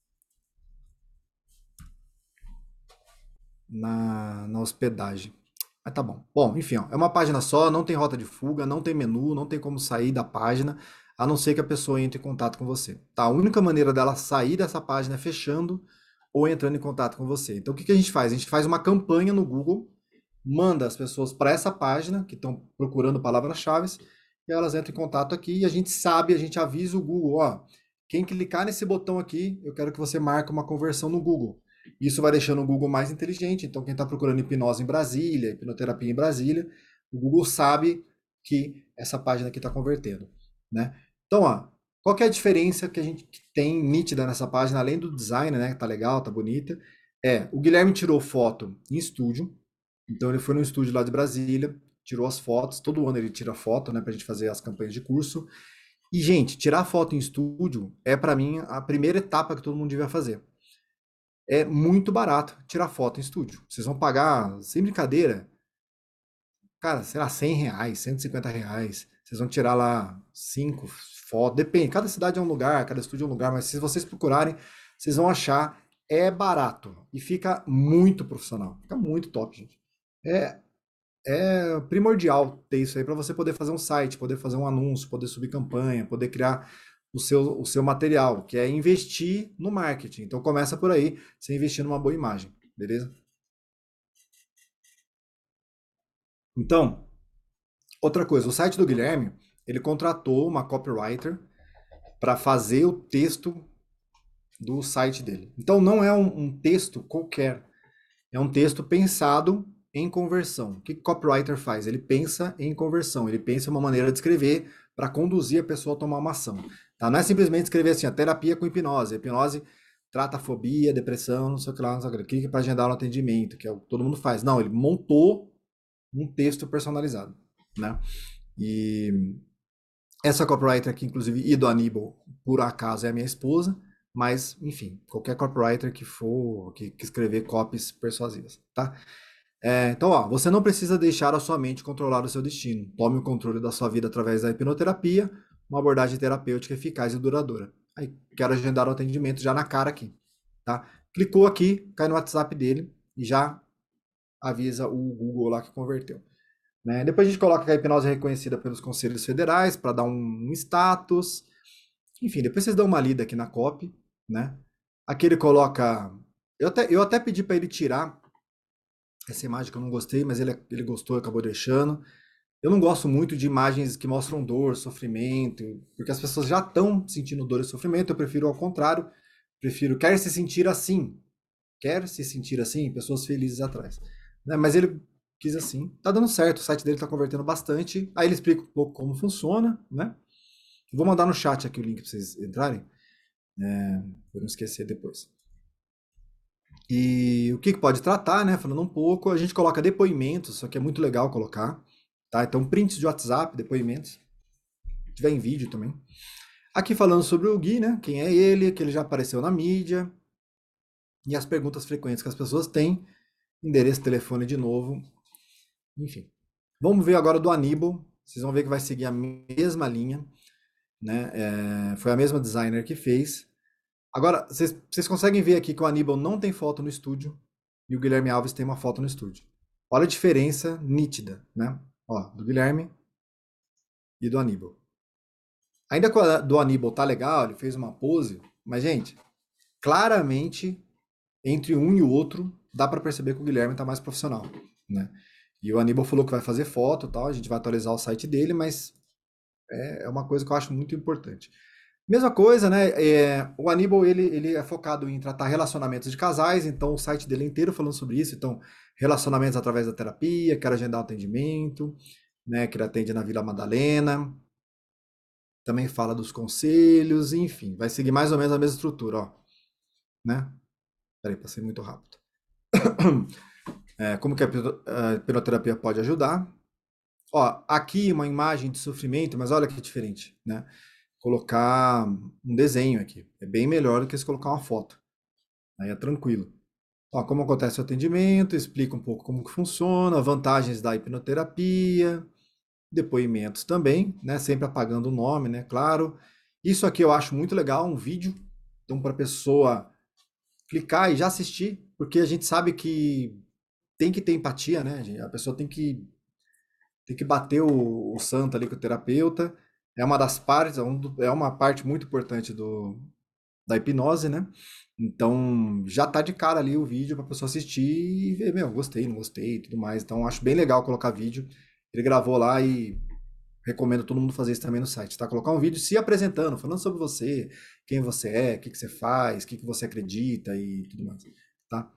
na, na hospedagem. Mas tá bom. Bom, enfim, ó, é uma página só, não tem rota de fuga, não tem menu, não tem como sair da página, a não ser que a pessoa entre em contato com você. Tá? A única maneira dela sair dessa página é fechando ou entrando em contato com você. Então, o que que a gente faz? A gente faz uma campanha no Google, manda as pessoas para essa página, que estão procurando palavras-chave, e elas entram em contato aqui e a gente sabe, a gente avisa o Google, ó, quem clicar nesse botão aqui, eu quero que você marque uma conversão no Google. Isso vai deixando o Google mais inteligente. Então, quem está procurando hipnose em Brasília, hipnoterapia em Brasília, o Google sabe que essa página aqui está convertendo, né? Então, ó, qual que é a diferença que a gente tem nítida nessa página, além do design, né? Que tá legal, tá bonita. É, o Guilherme tirou foto em estúdio. Então, ele foi no estúdio lá de Brasília, tirou as fotos. Todo ano ele tira foto, né? Pra gente fazer as campanhas de curso. E, gente, tirar foto em estúdio é, para mim, a primeira etapa que todo mundo devia fazer. É muito barato tirar foto em estúdio. Vocês vão pagar, sem brincadeira, cara, sei lá, cem reais, cento e cinquenta reais. Vocês vão tirar lá cinco fotos. Depende, cada cidade é um lugar, cada estúdio é um lugar, mas se vocês procurarem, vocês vão achar. É barato e fica muito profissional. Fica muito top, gente. É, é primordial ter isso aí para você poder fazer um site, poder fazer um anúncio, poder subir campanha, poder criar o seu, o seu material, que é investir no marketing. Então começa por aí, você investir numa boa imagem, beleza? Então, outra coisa, o site do Guilherme, ele contratou uma copywriter para fazer o texto do site dele. Então não é um, um texto qualquer, é um texto pensado em conversão. O que o copywriter faz? Ele pensa em conversão, ele pensa uma maneira de escrever para conduzir a pessoa a tomar uma ação. Tá? Não é simplesmente escrever assim, a terapia com hipnose. A hipnose trata a fobia, depressão, não sei o que lá, não sei o que lá. Clique para agendar um atendimento, que é o que todo mundo faz. Não, ele montou um texto personalizado, né? E essa copywriter aqui, inclusive, e do Aníbal, por acaso, é a minha esposa, mas, enfim, qualquer copywriter que for, que, que escrever copies persuasivas, tá? É, então, ó, você não precisa deixar a sua mente controlar o seu destino. Tome o controle da sua vida através da hipnoterapia, uma abordagem terapêutica eficaz e duradoura. Aí, quero agendar o atendimento já na cara aqui, tá? Clicou aqui, cai no WhatsApp dele e já avisa o Google lá que converteu. Né? Depois a gente coloca que a hipnose é reconhecida pelos conselhos federais para dar um, um status. Enfim, depois vocês dão uma lida aqui na copy, né? Aqui ele coloca... Eu até, eu até pedi para ele tirar essa imagem que eu não gostei, mas ele, ele gostou e acabou deixando. Eu não gosto muito de imagens que mostram dor, sofrimento, porque as pessoas já estão sentindo dor e sofrimento. Eu prefiro ao contrário. Prefiro, quer se sentir assim. Quer se sentir assim, pessoas felizes atrás. Né? Mas ele quis assim. Tá dando certo, o site dele tá convertendo bastante. Aí ele explica um pouco como funciona, né? Vou mandar no chat aqui o link para vocês entrarem, é, para não esquecer depois. E o que, que pode tratar, né? Falando um pouco, a gente coloca depoimentos, isso aqui é muito legal colocar, tá? Então, prints de WhatsApp, depoimentos. Se tiver em vídeo também. Aqui falando sobre o Gui, né? Quem é ele, que ele já apareceu na mídia. E as perguntas frequentes que as pessoas têm. Endereço, telefone de novo. Enfim. Vamos ver agora do Aníbal. Vocês vão ver que vai seguir a mesma linha. Né? É, foi a mesma designer que fez. Agora, vocês, vocês conseguem ver aqui que o Aníbal não tem foto no estúdio e o Guilherme Alves tem uma foto no estúdio. Olha a diferença nítida, né? Ó, do Guilherme e do Aníbal. Ainda que a do Aníbal tá legal, ele fez uma pose, mas, gente, claramente, entre um e o outro, dá para perceber que o Guilherme tá mais profissional, né? E o Aníbal falou que vai fazer foto e tal, a gente vai atualizar o site dele, mas é uma coisa que eu acho muito importante. Mesma coisa, né? É, o Aníbal, ele, ele é focado em tratar relacionamentos de casais, então o site dele é inteiro falando sobre isso. Então, relacionamentos através da terapia, quero agendar um atendimento, né? Que ele atende na Vila Madalena. Também fala dos conselhos, enfim, vai seguir mais ou menos a mesma estrutura, ó. Né? Peraí, passei muito rápido. É, como que a hipnoterapia pode ajudar? Ó, aqui uma imagem de sofrimento, mas olha que diferente, né? Colocar um desenho aqui. É bem melhor do que se colocar uma foto. Aí é tranquilo. Ó, como acontece o atendimento, explica um pouco como que funciona, vantagens da hipnoterapia, depoimentos também, né? Sempre apagando o nome, né? Claro. Isso aqui eu acho muito legal, um vídeo. Então, para a pessoa clicar e já assistir, porque a gente sabe que tem que ter empatia, né? A pessoa tem que, tem que bater o, o santo ali com o terapeuta. É uma das partes, é uma parte muito importante do, da hipnose, né? Então, já tá de cara ali o vídeo pra pessoa assistir e ver, meu, gostei, não gostei e tudo mais. Então, acho bem legal colocar vídeo. Ele gravou lá e recomendo todo mundo fazer isso também no site, tá? Colocar um vídeo se apresentando, falando sobre você, quem você é, o que, que você faz, o que, que você acredita e tudo mais, tá?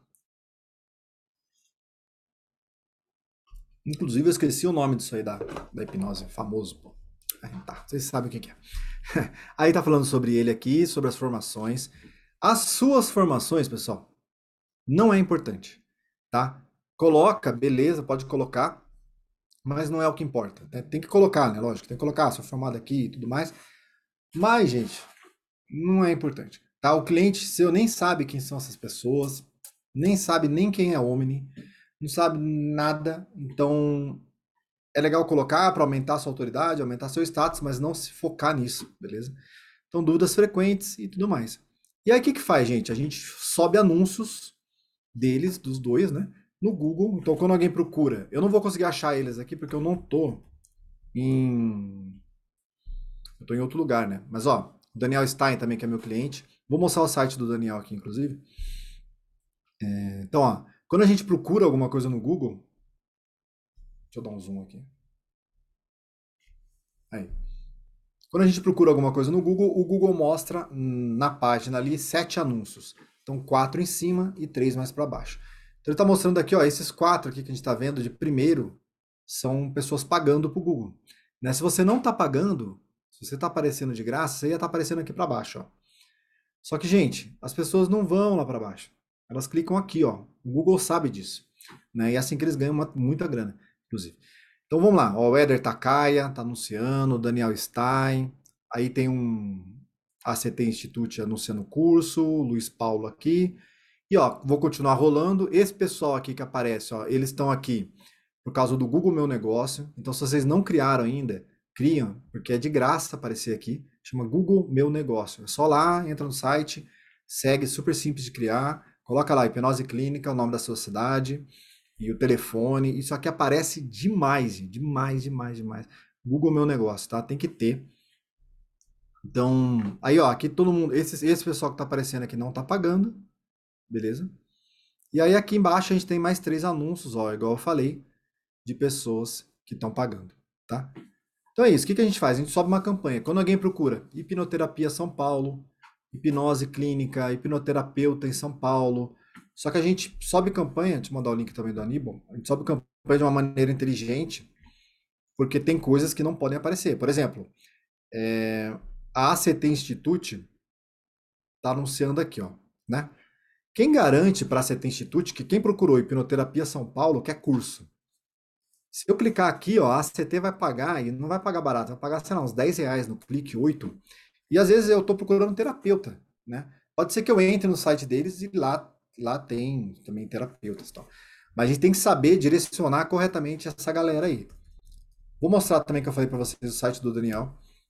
Inclusive, eu esqueci o nome disso aí da, da hipnose, famoso, pô. Tá, vocês sabem o que, que é. Aí tá falando sobre ele aqui, sobre as formações. As suas formações, pessoal, não é importante, tá? Coloca, beleza, pode colocar, mas não é o que importa. Né? Tem que colocar, né? Lógico, tem que colocar, sou formado aqui e tudo mais. Mas, gente, não é importante, tá? O cliente seu nem sabe quem são essas pessoas, nem sabe nem quem é Omni, não sabe nada, então é legal colocar para aumentar sua autoridade, aumentar seu status, mas não se focar nisso, beleza? Então, dúvidas frequentes e tudo mais. E aí, o que que faz, gente? A gente sobe anúncios deles, dos dois, né? No Google. Então, quando alguém procura, eu não vou conseguir achar eles aqui porque eu não tô em... Eu tô em outro lugar, né? Mas, ó, o Daniel Stein também, que é meu cliente. Vou mostrar o site do Daniel aqui, inclusive. É, então, ó, quando a gente procura alguma coisa no Google... Deixa eu dar um zoom aqui. Aí. Quando a gente procura alguma coisa no Google, o Google mostra na página ali sete anúncios. Então, quatro em cima e três mais para baixo. Então, ele está mostrando aqui, ó, esses quatro aqui que a gente está vendo de primeiro são pessoas pagando para o Google. Né? Se você não está pagando, Se você está aparecendo de graça, você ia estar aparecendo aqui para baixo, ó. Só que, gente, as pessoas não vão lá para baixo. Elas clicam aqui, ó. O Google sabe disso, né? E é assim que eles ganham uma, muita grana, inclusive. Então vamos lá, ó, o Éder Takaya tá anunciando, o Daniel Stein, aí tem um A C T Institute anunciando o curso, o Luiz Paulo aqui. E ó, vou continuar rolando. Esse pessoal aqui que aparece, ó, eles estão aqui por causa do Google Meu Negócio. Então, se vocês não criaram ainda, criam, porque é de graça aparecer aqui. Chama Google Meu Negócio. É só lá, entra no site, segue, super simples de criar. Coloca lá, Hipnose Clínica, o nome da sua cidade e o telefone. Isso aqui aparece demais, demais, demais, demais. Google Meu Negócio, tá? Tem que ter. Então, aí ó, aqui todo mundo, esse, esse pessoal que tá aparecendo aqui não tá pagando, beleza? E aí aqui embaixo a gente tem mais três anúncios, ó, igual eu falei, de pessoas que estão pagando, tá? Então é isso, o que que a gente faz? A gente sobe uma campanha. Quando alguém procura hipnoterapia São Paulo, hipnose clínica, hipnoterapeuta em São Paulo, só que a gente sobe campanha, deixa eu mandar o link também do Aníbal, a gente sobe campanha de uma maneira inteligente, porque tem coisas que não podem aparecer. Por exemplo, é, a A C T Institute está anunciando aqui, ó, né? Quem garante para a A C T Institute que quem procurou hipnoterapia São Paulo quer curso? Se eu clicar aqui, ó, a ACT vai pagar, e não vai pagar barato, vai pagar, sei lá, uns dez reais no clique, oito. E às vezes eu estou procurando um terapeuta, né? Pode ser que eu entre no site deles e lá, lá tem também terapeutas e tal. Mas a gente tem que saber direcionar corretamente essa galera aí. Vou mostrar também que eu falei para vocês o site do Daniel.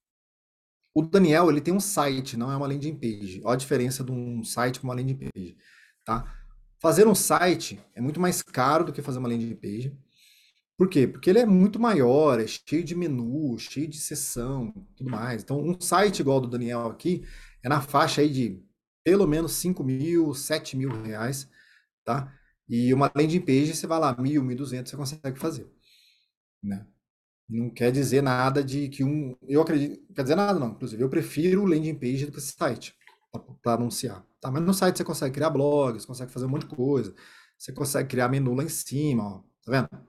O Daniel, ele tem um site, não é uma landing page. Olha a diferença de um site com uma landing page, tá? Fazer um site é muito mais caro do que fazer uma landing page. Por quê? Porque ele é muito maior, é cheio de menu, cheio de seção, tudo mais. Então, um site igual ao do Daniel aqui é na faixa aí de pelo menos cinco mil, sete mil reais, tá? E uma landing page, você vai lá, mil, mil e duzentos, você consegue fazer, né? Não quer dizer nada de que um... Eu acredito... Não quer dizer nada, não. Inclusive, eu prefiro o landing page do que esse site para anunciar. Tá? Mas no site você consegue criar blogs, você consegue fazer um monte de coisa. Você consegue criar menu lá em cima, ó. Tá vendo?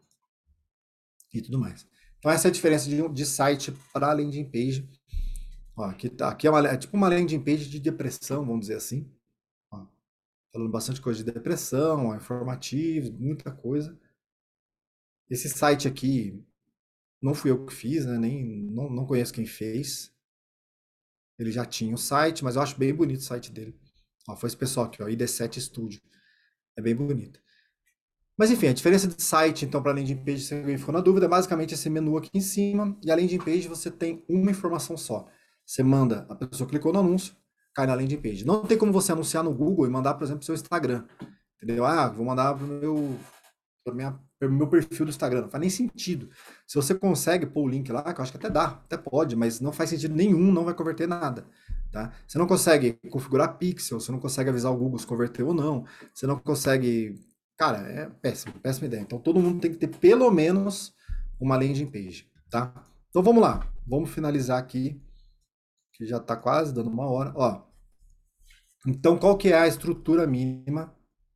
E tudo mais. Então essa é a diferença de, de site para landing page. Ó, aqui, tá, aqui é, uma, é tipo uma landing page de depressão, vamos dizer assim. Ó, falando bastante coisa de depressão, ó, informativo, muita coisa. Esse site aqui não fui eu que fiz, né? Nem, não, não conheço quem fez. Ele já tinha o site, mas eu acho bem bonito o site dele. Ó, foi esse pessoal aqui, ó, I D sete Studio. É bem bonito. Mas enfim, a diferença de site, então, para landing page, se alguém ficou na dúvida, é basicamente esse menu aqui em cima, e a landing page você tem uma informação só. Você manda, a pessoa clicou no anúncio, cai na landing page. Não tem como você anunciar no Google e mandar, por exemplo, pro seu Instagram. Entendeu? Ah, vou mandar pro meu, pro minha, pro meu perfil do Instagram. Não faz nem sentido. Se você consegue pôr o link lá, que eu acho que até dá, até pode, mas não faz sentido nenhum, não vai converter nada. Tá? Você não consegue configurar pixel, você não consegue avisar o Google se converteu ou não, você não consegue. Cara, é péssimo, péssima ideia. Então todo mundo tem que ter pelo menos uma landing page, tá? Então vamos lá, vamos finalizar aqui, que já está quase dando uma hora. Ó, então qual que é a estrutura mínima?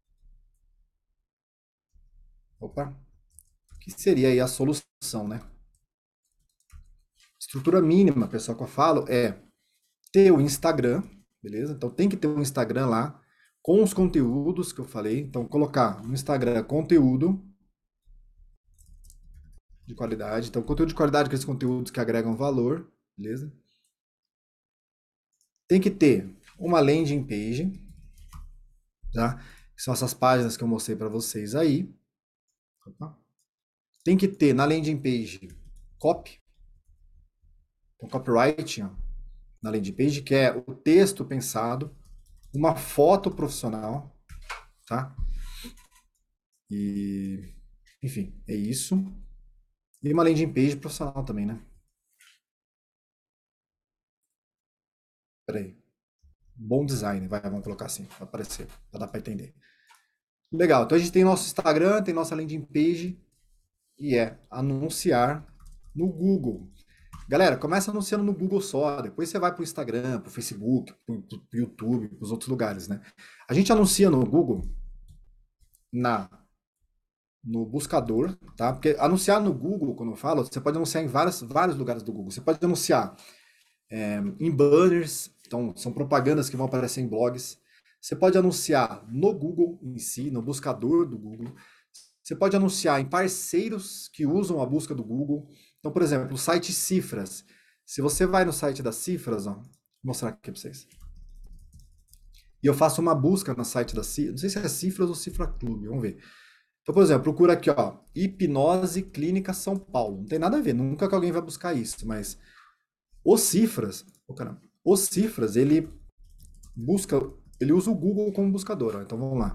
Opa, que seria aí a solução, né? Estrutura mínima, pessoal, que eu falo é ter o Instagram, beleza? Então tem que ter um Instagram lá com os conteúdos que eu falei. Então colocar no Instagram conteúdo de qualidade. Então conteúdo de qualidade, aqueles conteúdos que agregam valor, beleza? Tem que ter uma landing page, tá? Que são essas páginas que eu mostrei para vocês aí. Opa. Tem que ter na landing page copy, então, copywriting, ó, na landing page, que é o texto pensado, uma foto profissional, tá? E, enfim, é isso. E uma landing page profissional também, né? Peraí. Bom design, vai, vamos colocar assim, vai aparecer, vai dar para entender. Legal, então a gente tem nosso Instagram, tem nossa landing page, e é anunciar no Google. Galera, começa anunciando no Google só, depois você vai para o Instagram, para o Facebook, para o YouTube, para os outros lugares, né? A gente anuncia no Google na no buscador, tá? Porque anunciar no Google, quando eu falo, você pode anunciar em vários, vários lugares do Google. Você pode anunciar é, em banners, então são propagandas que vão aparecer em blogs. Você pode anunciar no Google em si, no buscador do Google. Você pode anunciar em parceiros que usam a busca do Google. Então, por exemplo, o site Cifras. Se você vai no site das Cifras, ó, vou mostrar aqui para vocês. E eu faço uma busca no site da Cifras, não sei se é Cifras ou Cifra Clube, vamos ver. Então, por exemplo, procura aqui, ó, Hipnose Clínica São Paulo. Não tem nada a ver, nunca que alguém vai buscar isso, mas o Cifras, oh, caramba, o Cifras, ele busca, ele usa o Google como buscador, ó. Então vamos lá.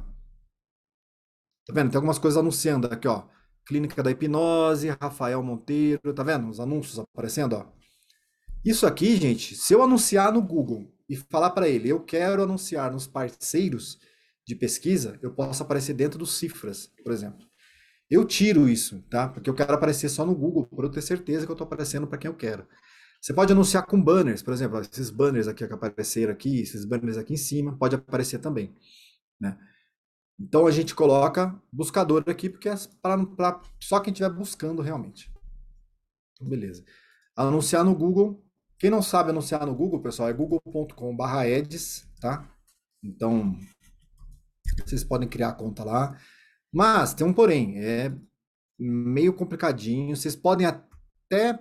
Tá vendo? Tem algumas coisas anunciando aqui, ó. Clínica da Hipnose, Rafael Monteiro, tá vendo? Os anúncios aparecendo, ó. Isso aqui, gente, se eu anunciar no Google e falar para ele, eu quero anunciar nos parceiros de pesquisa, eu posso aparecer dentro dos Cifras, por exemplo. Eu tiro isso, tá? Porque eu quero aparecer só no Google, para eu ter certeza que eu estou aparecendo para quem eu quero. Você pode anunciar com banners, por exemplo, esses banners aqui que apareceram aqui, esses banners aqui em cima, pode aparecer também, né? Então a gente coloca buscador aqui, porque é para só quem estiver buscando realmente. Então, beleza. Anunciar no Google. Quem não sabe anunciar no Google, pessoal, é google ponto com barra ads, tá? Então, vocês podem criar a conta lá. Mas tem um porém, é meio complicadinho. Vocês podem até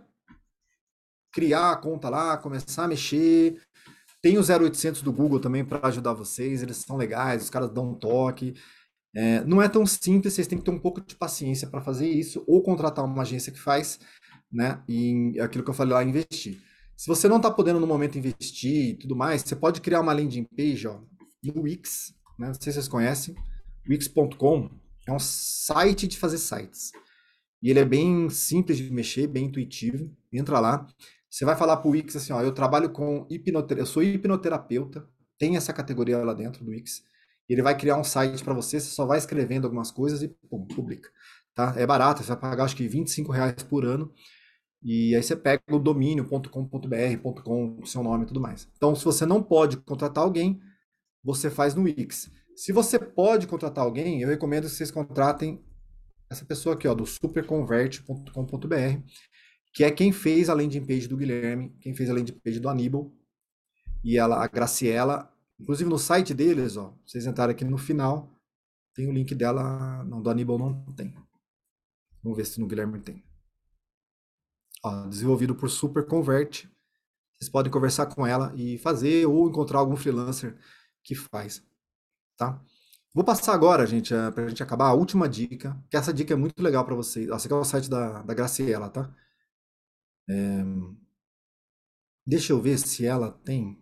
criar a conta lá, começar a mexer. Tem o zero oitocentos do Google também para ajudar vocês. Eles são legais, os caras dão um toque. É, não é tão simples, vocês têm que ter um pouco de paciência para fazer isso, ou contratar uma agência que faz, né? E aquilo que eu falei lá, investir. Se você não está podendo no momento investir e tudo mais, você pode criar uma landing page, ó, no Wix, né? Não sei se vocês conhecem. Wix ponto com é um site de fazer sites. E ele é bem simples de mexer, bem intuitivo. Entra lá. Você vai falar para o Wix assim, ó, eu trabalho com hipnoterapeuta, eu sou hipnoterapeuta, tem essa categoria lá dentro do Wix. Ele vai criar um site para você, você só vai escrevendo algumas coisas e pum, publica. Tá? É barato, você vai pagar acho que vinte e cinco reais por ano. E aí você pega o domínio ponto com ponto br, .com, o seu nome e tudo mais. Então, se você não pode contratar alguém, você faz no Wix. Se você pode contratar alguém, eu recomendo que vocês contratem essa pessoa aqui, ó, do superconvert ponto com ponto br, que é quem fez a landing page do Guilherme, quem fez a landing page do Aníbal, e ela, a Graciela, inclusive no site deles, ó, vocês entrarem aqui no final, tem o link dela, não, do Aníbal não tem. Vamos ver se no Guilherme tem. Ó, desenvolvido por Superconvert. Vocês podem conversar com ela e fazer, ou encontrar algum freelancer que faz, tá? Vou passar agora, gente, para a gente acabar, a última dica, que essa dica é muito legal para vocês. Esse aqui é o site da, da Graciela, tá? É... Deixa eu ver se ela tem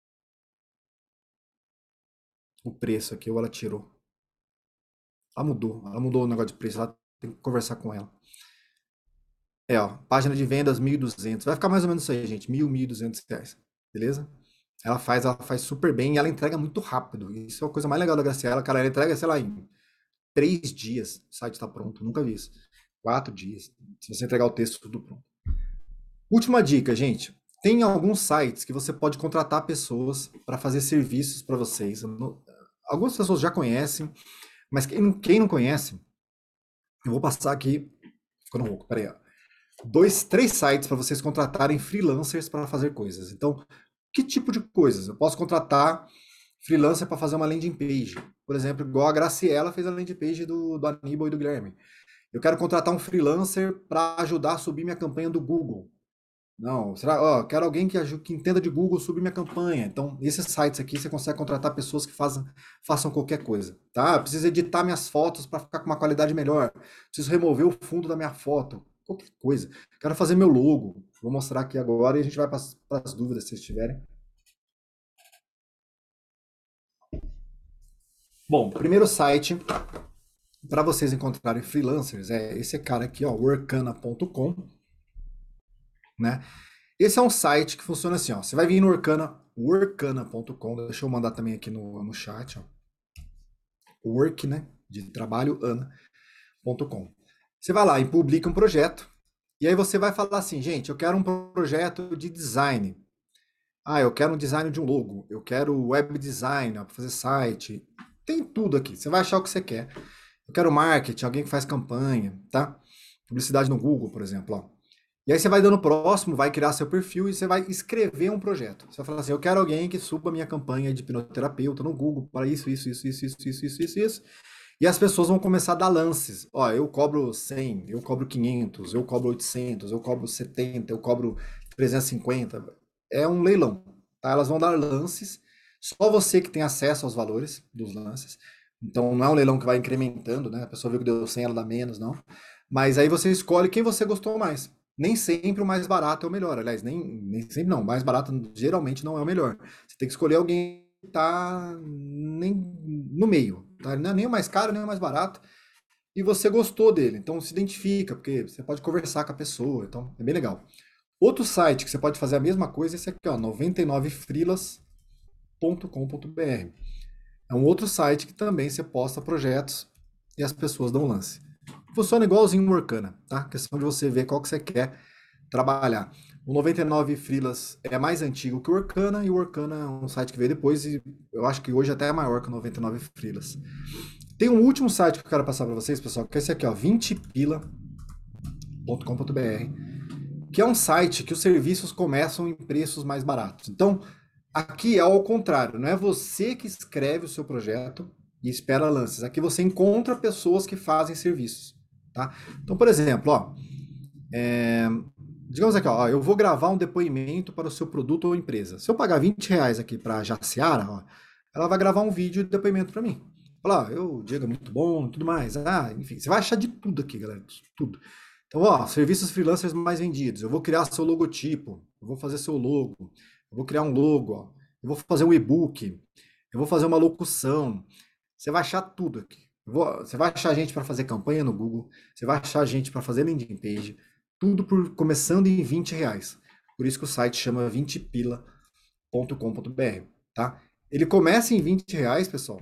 o preço aqui, ou ela tirou. Ela mudou, ela mudou o negócio de preço, ela tem que conversar com ela. É, ó, página de vendas mil e duzentos. Vai ficar mais ou menos isso aí, gente, mil, mil e duzentos reais, beleza? Ela faz, ela faz super bem e ela entrega muito rápido. Isso é a coisa mais legal da Graciela, cara, ela entrega, sei lá, em três dias o site está pronto, nunca vi isso. Quatro dias, se você entregar o texto tudo pronto. Última dica, gente. Tem alguns sites que você pode contratar pessoas para fazer serviços para vocês. Algumas pessoas já conhecem, mas quem, quem não conhece, eu vou passar aqui. Ficou no rouco, peraí. Ó. Dois, três sites para vocês contratarem freelancers para fazer coisas. Então, que tipo de coisas? Eu posso contratar freelancer para fazer uma landing page. Por exemplo, igual a Graciela fez a landing page do, do Aníbal e do Guilherme. Eu quero contratar um freelancer para ajudar a subir minha campanha do Google. Não, será, ó, quero alguém que, que entenda de Google subir minha campanha. Então, esses sites aqui você consegue contratar pessoas que façam, façam qualquer coisa, tá? Eu preciso editar minhas fotos para ficar com uma qualidade melhor. Preciso remover o fundo da minha foto. Qualquer coisa. Quero fazer meu logo. Vou mostrar aqui agora e a gente vai para as dúvidas se vocês tiverem. Bom, primeiro site para vocês encontrarem freelancers é esse cara aqui, ó, workana ponto com, né? Esse é um site que funciona assim, ó. Você vai vir no Workana, workana ponto com, deixa eu mandar também aqui no, no chat, ó. Work, né? De trabalho, ana ponto com. Você vai lá e publica um projeto, e aí você vai falar assim, gente, eu quero um projeto de design. Ah, eu quero um design de um logo, eu quero web design, para fazer site. Tem tudo aqui, você vai achar o que você quer. Eu quero marketing, alguém que faz campanha, tá? Publicidade no Google, por exemplo, ó. E aí você vai dando próximo, vai criar seu perfil e você vai escrever um projeto. Você vai falar assim, eu quero alguém que suba a minha campanha de hipnoterapeuta no Google para isso, isso, isso, isso, isso, isso, isso, isso, isso. E as pessoas vão começar a dar lances. Ó, eu cobro cem, eu cobro quinhentos, eu cobro oitocentos, eu cobro setenta, eu cobro trezentos e cinquenta. É um leilão, tá? Elas vão dar lances. Só você que tem acesso aos valores dos lances. Então não é um leilão que vai incrementando, né? A pessoa viu que deu cem, ela dá menos, não. Mas aí você escolhe quem você gostou mais. Nem sempre o mais barato é o melhor. Aliás, nem, nem sempre não. O mais barato geralmente não é o melhor. Você tem que escolher alguém que tá nem no meio. Tá? Ele não é nem o mais caro, nem o mais barato. E você gostou dele. Então se identifica, porque você pode conversar com a pessoa. Então é bem legal. Outro site que você pode fazer a mesma coisa é esse aqui, ó, noventa e nove frilas ponto com ponto b r. É um outro site que também você posta projetos e as pessoas dão lance. Funciona igualzinho o Workana, tá? Questão de você ver qual que você quer trabalhar. O noventa e nove Freelas é mais antigo que o Workana e o Workana é um site que veio depois e eu acho que hoje até é maior que o noventa e nove Freelas. Tem um último site que eu quero passar para vocês, pessoal, que é esse aqui, ó, vinte pila ponto com ponto b r, que é um site que os serviços começam em preços mais baratos. Então, aqui é ao contrário, não é você que escreve o seu projeto e espera lances. Aqui você encontra pessoas que fazem serviços, tá? Então, por exemplo, ó, é, digamos aqui, ó, eu vou gravar um depoimento para o seu produto ou empresa. Se eu pagar vinte reais aqui para a Jaciara, ó, ela vai gravar um vídeo de depoimento para mim. Falar, ó, eu, o Diego é muito bom, tudo mais. Ah, enfim, você vai achar de tudo aqui, galera, tudo. Então, ó, serviços freelancers mais vendidos. Eu vou criar seu logotipo, eu vou fazer seu logo, eu vou criar um logo, ó, eu vou fazer um e-book, eu vou fazer uma locução. Você vai achar tudo aqui. Eu vou- você vai achar gente para fazer campanha no Google, você vai achar gente para fazer landing page, tudo por começando em vinte reais. Por isso que o site chama vinte pila ponto com ponto b r, tá? Ele começa em vinte reais, pessoal,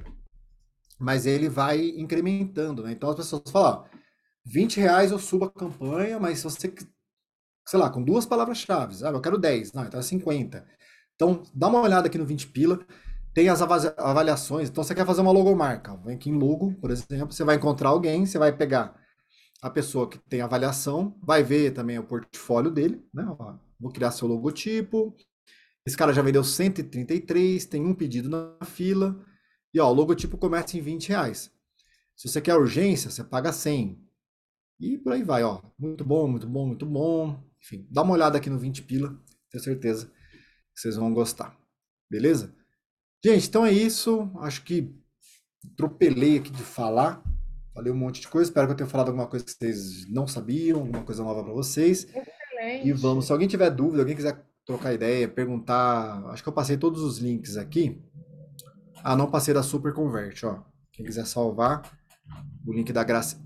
mas ele vai incrementando, né? Então as pessoas falam, ó, vinte reais eu subo a campanha, mas se você, sei lá, com duas palavras-chave, ah, eu quero dez, não, então é cinquenta. Então, dá uma olhada aqui no vinte pila, tem as ava- avaliações, então você quer fazer uma logomarca, ó, vem aqui em logo, por exemplo, você vai encontrar alguém, você vai pegar a pessoa que tem avaliação, vai ver também o portfólio dele, né? Ó, vou criar seu logotipo, esse cara já vendeu cento e trinta e três, tem um pedido na fila, e ó, o logotipo começa em vinte reais. Se você quer urgência, você paga cem. E por aí vai, ó. Muito bom, muito bom, muito bom. Enfim, dá uma olhada aqui no vinte pila. Tenho certeza que vocês vão gostar. Beleza? Gente, então é isso. Acho que atropelei aqui de falar. Falei um monte de coisa. Espero que eu tenha falado alguma coisa que vocês não sabiam, alguma coisa nova para vocês. E vamos, se Excelente. alguém tiver dúvida, alguém quiser trocar ideia, perguntar, acho que eu passei todos os links aqui. Ah, não passei da Super Convert, ó. Quem quiser salvar, o link da Graci...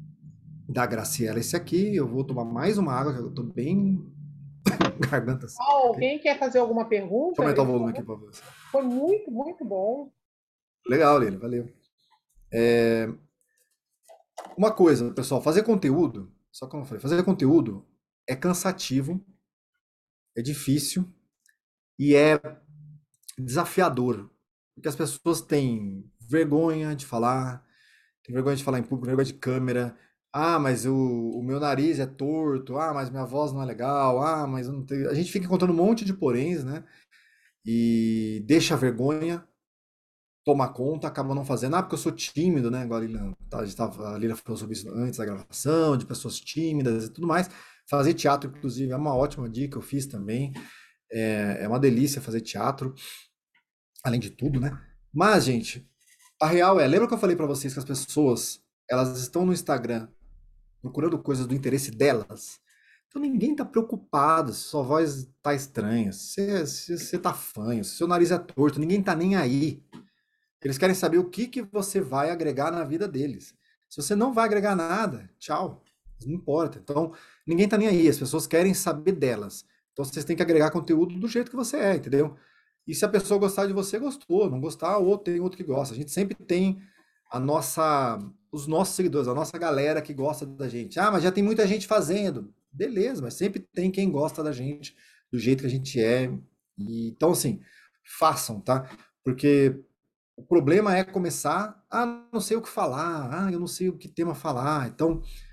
da Graciela, esse aqui. Eu vou tomar mais uma água, que eu tô bem garganta seca aqui. Alguém quer fazer alguma Deixa eu pergunta? aumentar o Ele volume aqui falou, para você. foi muito, muito bom. Legal, Lili, valeu. Uma coisa, pessoal, fazer conteúdo, só como eu falei, fazer conteúdo é cansativo, é difícil e é desafiador. Porque as pessoas têm vergonha de falar, têm vergonha de falar em público, vergonha de câmera. Ah, mas o, o meu nariz é torto. Ah, mas minha voz não é legal. Ah, mas eu não tenho... A gente fica encontrando um monte de poréns, né? E deixa a vergonha tomar conta, acaba não fazendo. Ah, porque eu sou tímido, né? Agora a Lilian, tá, a gente tava- a Lilian falou sobre isso antes da gravação, de pessoas tímidas e tudo mais. Fazer teatro, inclusive, é uma ótima dica, eu fiz também. É, é uma delícia fazer teatro, além de tudo, né? Mas, gente, a real é, lembra que eu falei pra vocês que as pessoas, elas estão no Instagram procurando coisas do interesse delas? Então ninguém tá preocupado se sua voz tá estranha, se, se você tá fanho, se seu nariz é torto, ninguém tá nem aí. Eles querem saber o que que você vai agregar na vida deles. Se você não vai agregar nada, tchau. Não importa. Então, ninguém tá nem aí. As pessoas querem saber delas. Então, vocês têm que agregar conteúdo do jeito que você é, entendeu? E se a pessoa gostar de você, gostou. Não gostar, outro tem outro que gosta. A gente sempre tem a nossa, os nossos seguidores, a nossa galera que gosta da gente. Ah, mas já tem muita gente fazendo. Beleza, mas sempre tem quem gosta da gente, do jeito que a gente é. E, então, assim, façam, tá? Porque o problema é começar, ah, não sei o que falar, ah, eu não sei o que tema falar. Então,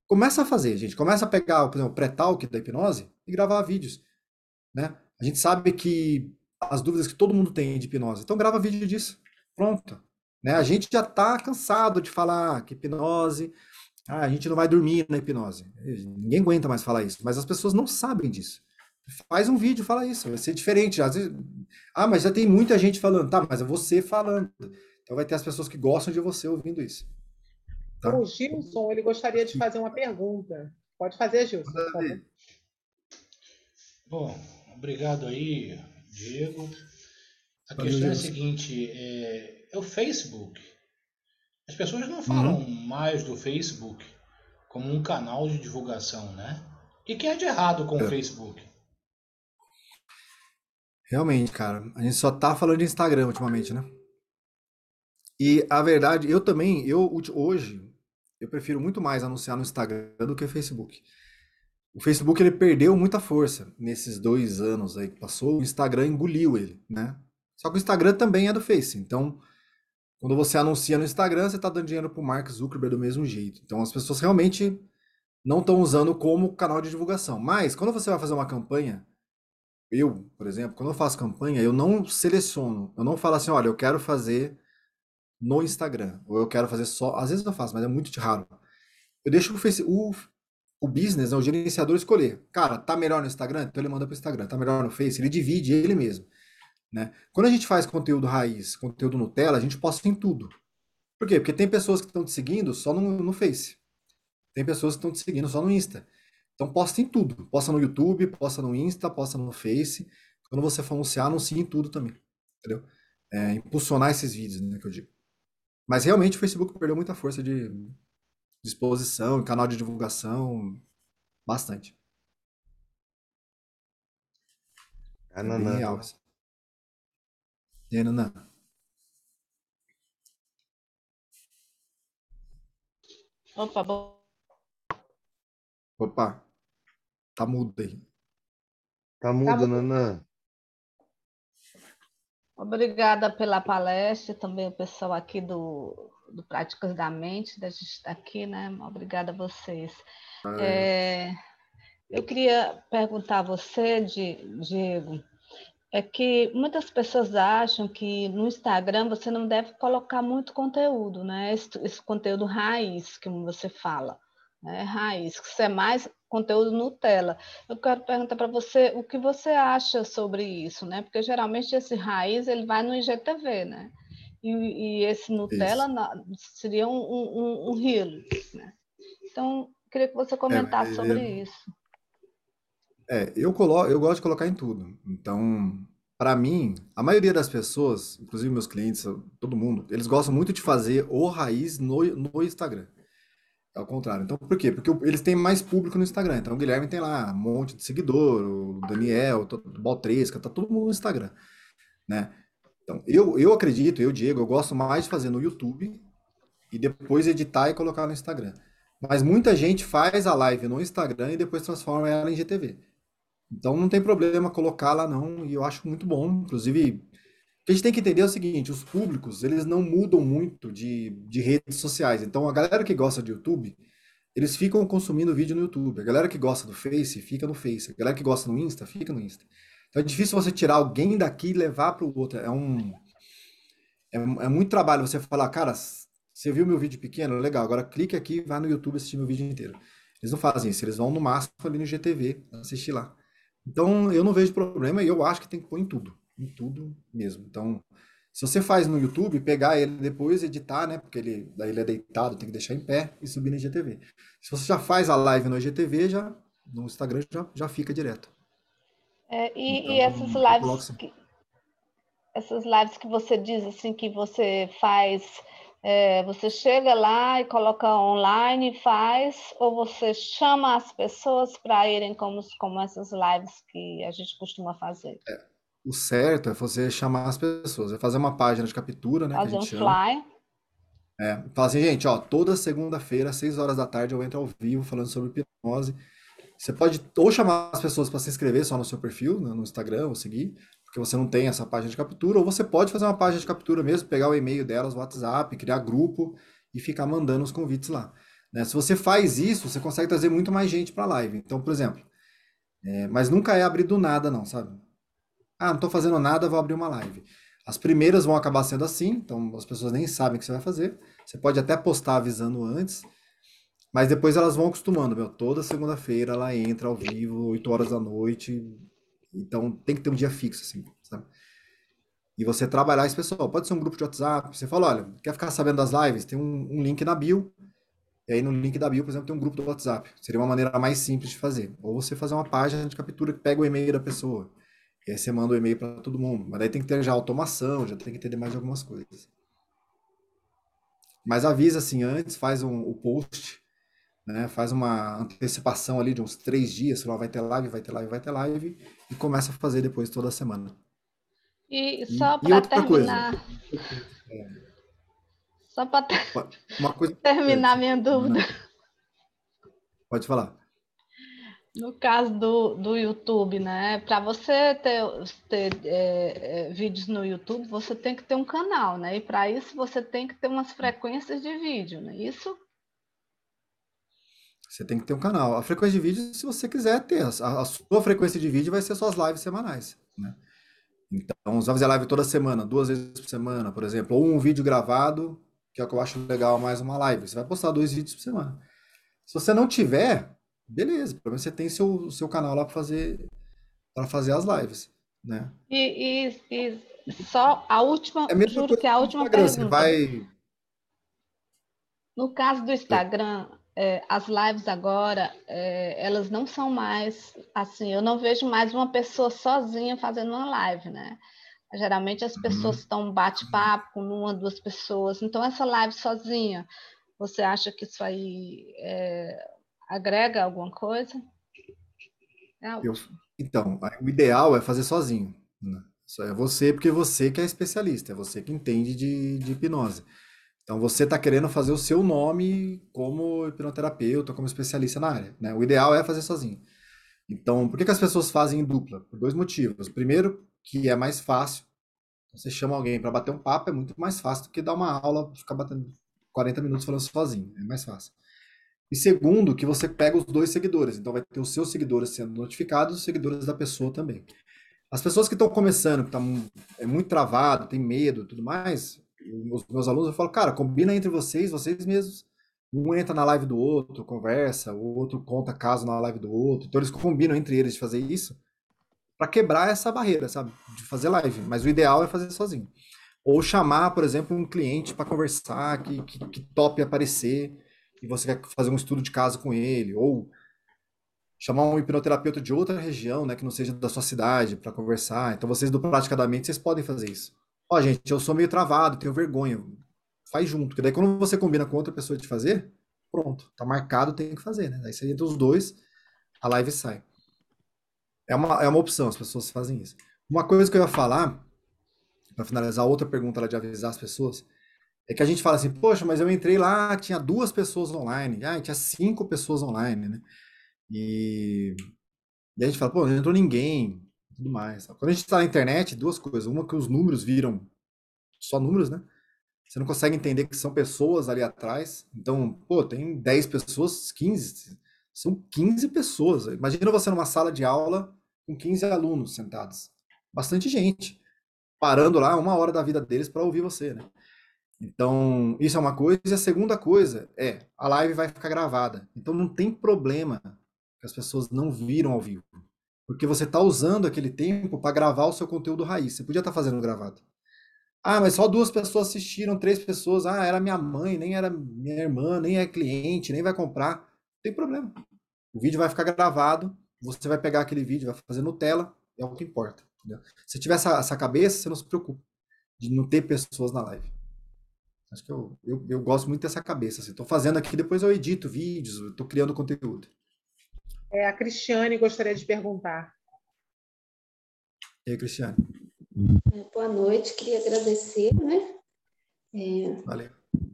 Começa a fazer, gente. Começa a pegar, por exemplo, o pré-talk da hipnose e gravar vídeos, né? A gente sabe que as dúvidas que todo mundo tem de hipnose, então grava vídeo disso. Pronto. Né? A gente já está cansado de falar que hipnose, ah, a gente não vai dormir na hipnose. Ninguém aguenta mais falar isso, mas as pessoas não sabem disso. Faz um vídeo, fala isso, vai ser diferente. Às vezes, ah, mas já tem muita gente falando, tá, mas é você falando. Então vai ter as pessoas que gostam de você ouvindo isso, tá? O Gilson, ele gostaria de fazer uma pergunta. Pode fazer, Gilson, por favor. Bom, obrigado aí, Diego. A Valeu, questão é a Gilson. seguinte, é, é o Facebook. As pessoas não falam Uhum. mais do Facebook como um canal de divulgação, né? O que que é de errado com o É, Facebook? realmente, cara, a gente só tá falando de Instagram ultimamente, né? E a verdade, eu também, eu ulti- hoje, eu prefiro muito mais anunciar no Instagram do que Facebook. O Facebook ele perdeu muita força nesses dois anos aí que passou. O Instagram engoliu ele, né? Só que o Instagram também é do Face. Então, quando você anuncia no Instagram, você está dando dinheiro para o Mark Zuckerberg do mesmo jeito. Então, as pessoas realmente não estão usando como canal de divulgação. Mas, quando você vai fazer uma campanha, eu, por exemplo, quando eu faço campanha, eu não seleciono. Eu não falo assim, olha, eu quero fazer no Instagram. Ou eu quero fazer só. Às vezes eu faço, mas é muito raro. Eu deixo o, Face, o, o business, né, o gerenciador escolher. Cara, tá melhor no Instagram? Então ele manda pro Instagram. Tá melhor no Face? Ele divide ele mesmo, né? Quando a gente faz conteúdo raiz, conteúdo Nutella, a gente posta em tudo. Por quê? Porque tem pessoas que estão te seguindo só no, no Face. Tem pessoas que estão te seguindo só no Insta. Então posta em tudo. Posta no YouTube, posta no Insta, posta no Face. Quando você for anunciar, anuncie em tudo também. Entendeu? É, impulsionar esses vídeos, né, que eu digo. Mas realmente o Facebook perdeu muita força de, de exposição, canal de divulgação, bastante. É bem Ananã. real isso. E aí, Nanã? Opa, bom, Opa, tá mudo aí. Tá Tá mudo, bom. Nanã? obrigada pela palestra, também o pessoal aqui do, do Práticas da Mente, da gente está aqui, né? Obrigada a vocês. Valeu. É, eu queria perguntar a você, Di- Diego, é que muitas pessoas acham que no Instagram você não deve colocar muito conteúdo, né? Esse, esse conteúdo raiz, que você fala, né? Raiz, que isso é mais conteúdo Nutella. Eu quero perguntar para você o que você acha sobre isso, né? Porque geralmente esse raiz ele vai no I G T V, né? E, e esse Nutella Isso. na- seria um, um, um, um Reels, né? Então, queria que você É, comentasse sobre é, isso. é, eu colo, eu gosto de colocar em tudo. Então, para mim, a maioria das pessoas, inclusive meus clientes, todo mundo, eles gostam muito de fazer o raiz no, no Instagram. É o contrário. Então, por quê? Porque o- eles têm mais público no Instagram. Então, o Guilherme tem lá um monte de seguidor, o Daniel, to- o Baltresca, tá todo mundo no Instagram, né? Então, eu, eu acredito, eu, Diego, eu gosto mais de fazer no YouTube e depois editar e colocar no Instagram. Mas muita gente faz a live no Instagram e depois transforma ela em G T V. Então não tem problema colocar lá não, e eu acho muito bom. Inclusive, o que a gente tem que entender é o seguinte, os públicos, eles não mudam muito de, de redes sociais. Então a galera que gosta de YouTube, eles ficam consumindo vídeo no YouTube. A galera que gosta do Face, fica no Face. A galera que gosta no Insta, fica no Insta. Então é difícil você tirar alguém daqui e levar para o outro. É um, é, é muito trabalho você falar, cara, você viu meu vídeo pequeno? Legal, agora clique aqui e vai no YouTube assistir meu vídeo inteiro. Eles não fazem isso, eles vão no máximo ali no G T V assistir lá. Então eu não vejo problema e eu acho que tem que pôr em tudo, em tudo mesmo. Então, se você faz no YouTube, pegar ele depois, editar, né? Porque ele, daí ele é deitado, tem que deixar em pé e subir no I G T V. Se você já faz a live no I G T V, já no Instagram já, já fica direto. É, e, e Então, essas eu coloco lives assim. que, essas lives que você diz assim que você faz, é, você chega lá e coloca online e faz, ou você chama as pessoas para irem como, como essas lives que a gente costuma fazer? O certo é você chamar as pessoas, é fazer uma página de captura, né, que a Fazer gente um chama. fly? É, fala assim, gente, ó, toda segunda-feira, às seis horas da tarde, eu entro ao vivo falando sobre hipnose. Você pode ou chamar as pessoas para se inscrever só no seu perfil, né, no Instagram, ou seguir, porque você não tem essa página de captura, ou você pode fazer uma página de captura mesmo, pegar o e-mail delas, o WhatsApp, criar grupo e ficar mandando os convites lá. né? Se você faz isso, você consegue trazer muito mais gente para a live. Então, por exemplo, é, mas nunca é abrir do nada, não, sabe? Ah, não estou fazendo nada, vou abrir uma live. As primeiras vão acabar sendo assim, então as pessoas nem sabem o que você vai fazer. Você pode até postar avisando antes, mas depois elas vão acostumando, meu. Toda segunda-feira ela entra ao vivo, oito horas da noite. Então tem que ter um dia fixo, assim, sabe? E você trabalhar esse pessoal. Pode ser um grupo de WhatsApp. Você fala, olha, quer ficar sabendo das lives? Tem um, um link na bio. E aí no link da bio, por exemplo, tem um grupo do WhatsApp. Seria uma maneira mais simples de fazer. Ou você fazer uma página de captura que pega o e-mail da pessoa. E aí você manda o e-mail para todo mundo. Mas daí tem que ter já automação, já tem que entender mais de algumas coisas. Mas avisa assim antes, faz um, o post, né? Faz uma antecipação ali de uns três dias, sei lá, vai ter live, vai ter live, vai ter live, e começa a fazer depois toda semana. E E, só e para outra coisa, terminar, só para uma coisa terminar importante, minha dúvida. pode falar. No caso do, do YouTube, né? Para você ter, ter é, é, vídeos no YouTube, você tem que ter um canal, né? E para isso você tem que ter umas frequências de vídeo, não é isso? Você tem que ter um canal. A frequência de vídeo, se você quiser ter, a, a sua frequência de vídeo vai ser suas lives semanais, né? Então, você vai fazer live toda semana, duas vezes por semana, por exemplo, ou um vídeo gravado, que é o que eu acho legal, mais uma live. Você vai postar dois vídeos por semana. Se você não tiver, beleza, pelo menos você tem seu, seu canal lá para fazer, para fazer as lives, né? E, e, e só a última, É a mesma juro coisa que é a no última Instagram, você pergunta. vai. No caso do Instagram, é, as lives agora, é, elas não são mais assim, eu não vejo mais uma pessoa sozinha fazendo uma live, né? Geralmente as pessoas Uhum. estão bate-papo com uma, duas pessoas. Então, essa live sozinha, você acha que isso aí é, agrega alguma coisa? É a Eu, última. então, aí o ideal é fazer sozinho, né? Isso é você, porque você que é especialista, é você que entende de, de hipnose. Então você está querendo fazer o seu nome como hipnoterapeuta, como especialista na área, né? O ideal é fazer sozinho. Então, por que que as pessoas fazem em dupla? Por dois motivos. Primeiro, que é mais fácil. Você chama alguém para bater um papo, é muito mais fácil do que dar uma aula, ficar batendo quarenta minutos falando sozinho. É mais fácil. E segundo, que você pega os dois seguidores. Então vai ter os seus seguidores sendo notificados e os seguidores da pessoa também. As pessoas que estão começando, que estão é muito travado, tem medo, tudo mais, os meus alunos eu falo, cara, combina entre vocês, vocês mesmos. Um entra na live do outro, conversa, o outro conta caso na live do outro. Então eles combinam entre eles de fazer isso para quebrar essa barreira, sabe, de fazer live. Mas o ideal é fazer sozinho. Ou chamar, por exemplo, um cliente para conversar, que, que, que tope aparecer e você quer fazer um estudo de caso com ele, ou chamar um hipnoterapeuta de outra região, né, que não seja da sua cidade, para conversar. Então, vocês do Praticadamente, vocês podem fazer isso. Ó, gente, eu sou meio travado, tenho vergonha. Faz junto, porque daí quando você combina com outra pessoa de fazer, pronto, tá marcado, tem que fazer, né? Daí você entra os dois, a live sai. É uma, é uma opção, as pessoas fazem isso. Uma coisa que eu ia falar, para finalizar outra pergunta lá de avisar as pessoas, é que a gente fala assim, poxa, mas eu entrei lá, tinha duas pessoas online, ah, tinha cinco pessoas online, né? E E a gente fala, pô, não entrou ninguém, tudo mais. Quando a gente está na internet, duas coisas. Uma que os números viram só números, né? Você não consegue entender que são pessoas ali atrás. Então, pô, tem dez pessoas, quinze. São quinze pessoas. Imagina você numa sala de aula com quinze alunos sentados. Bastante gente. Parando lá uma hora da vida deles para ouvir você, né? Então, isso é uma coisa. E a segunda coisa é, a live vai ficar gravada. Então não tem problema que as pessoas não viram ao vivo. Porque você está usando aquele tempo para gravar o seu conteúdo raiz. Você podia estar fazendo gravado. Ah, mas só duas pessoas assistiram, três pessoas. Ah, era minha mãe, nem era minha irmã, nem é cliente, nem vai comprar. Não tem problema. O vídeo vai ficar gravado, você vai pegar aquele vídeo, vai fazer Nutella, é o que importa. Entendeu? Se tiver essa, essa cabeça, você não se preocupe de não ter pessoas na live. Acho que eu, eu, eu gosto muito dessa cabeça. Estou assim. Fazendo aqui, depois eu edito vídeos, estou criando conteúdo. É, a Cristiane gostaria de perguntar. E aí, Cristiane? Boa noite, queria agradecer, né? É, Valeu.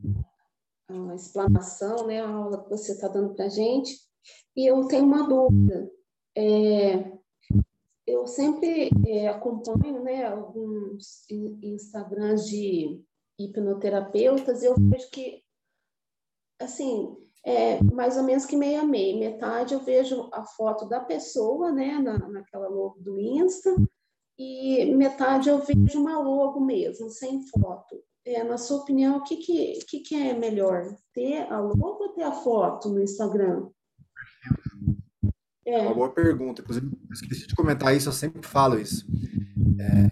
A explanação, né? A aula que você está dando para a gente. E eu tenho uma dúvida. É, eu sempre é, acompanho, né, alguns Instagrams de hipnoterapeutas e eu vejo que, assim, é mais ou menos que meio a meio. Metade eu vejo a foto da pessoa, né, na, naquela logo do Insta, e metade eu vejo uma logo mesmo, sem foto. É, na sua opinião, o que, que, que, que é melhor? Ter a logo ou ter a foto no Instagram? É uma É, boa pergunta. Inclusive, eu esqueci de comentar isso, eu sempre falo isso. É,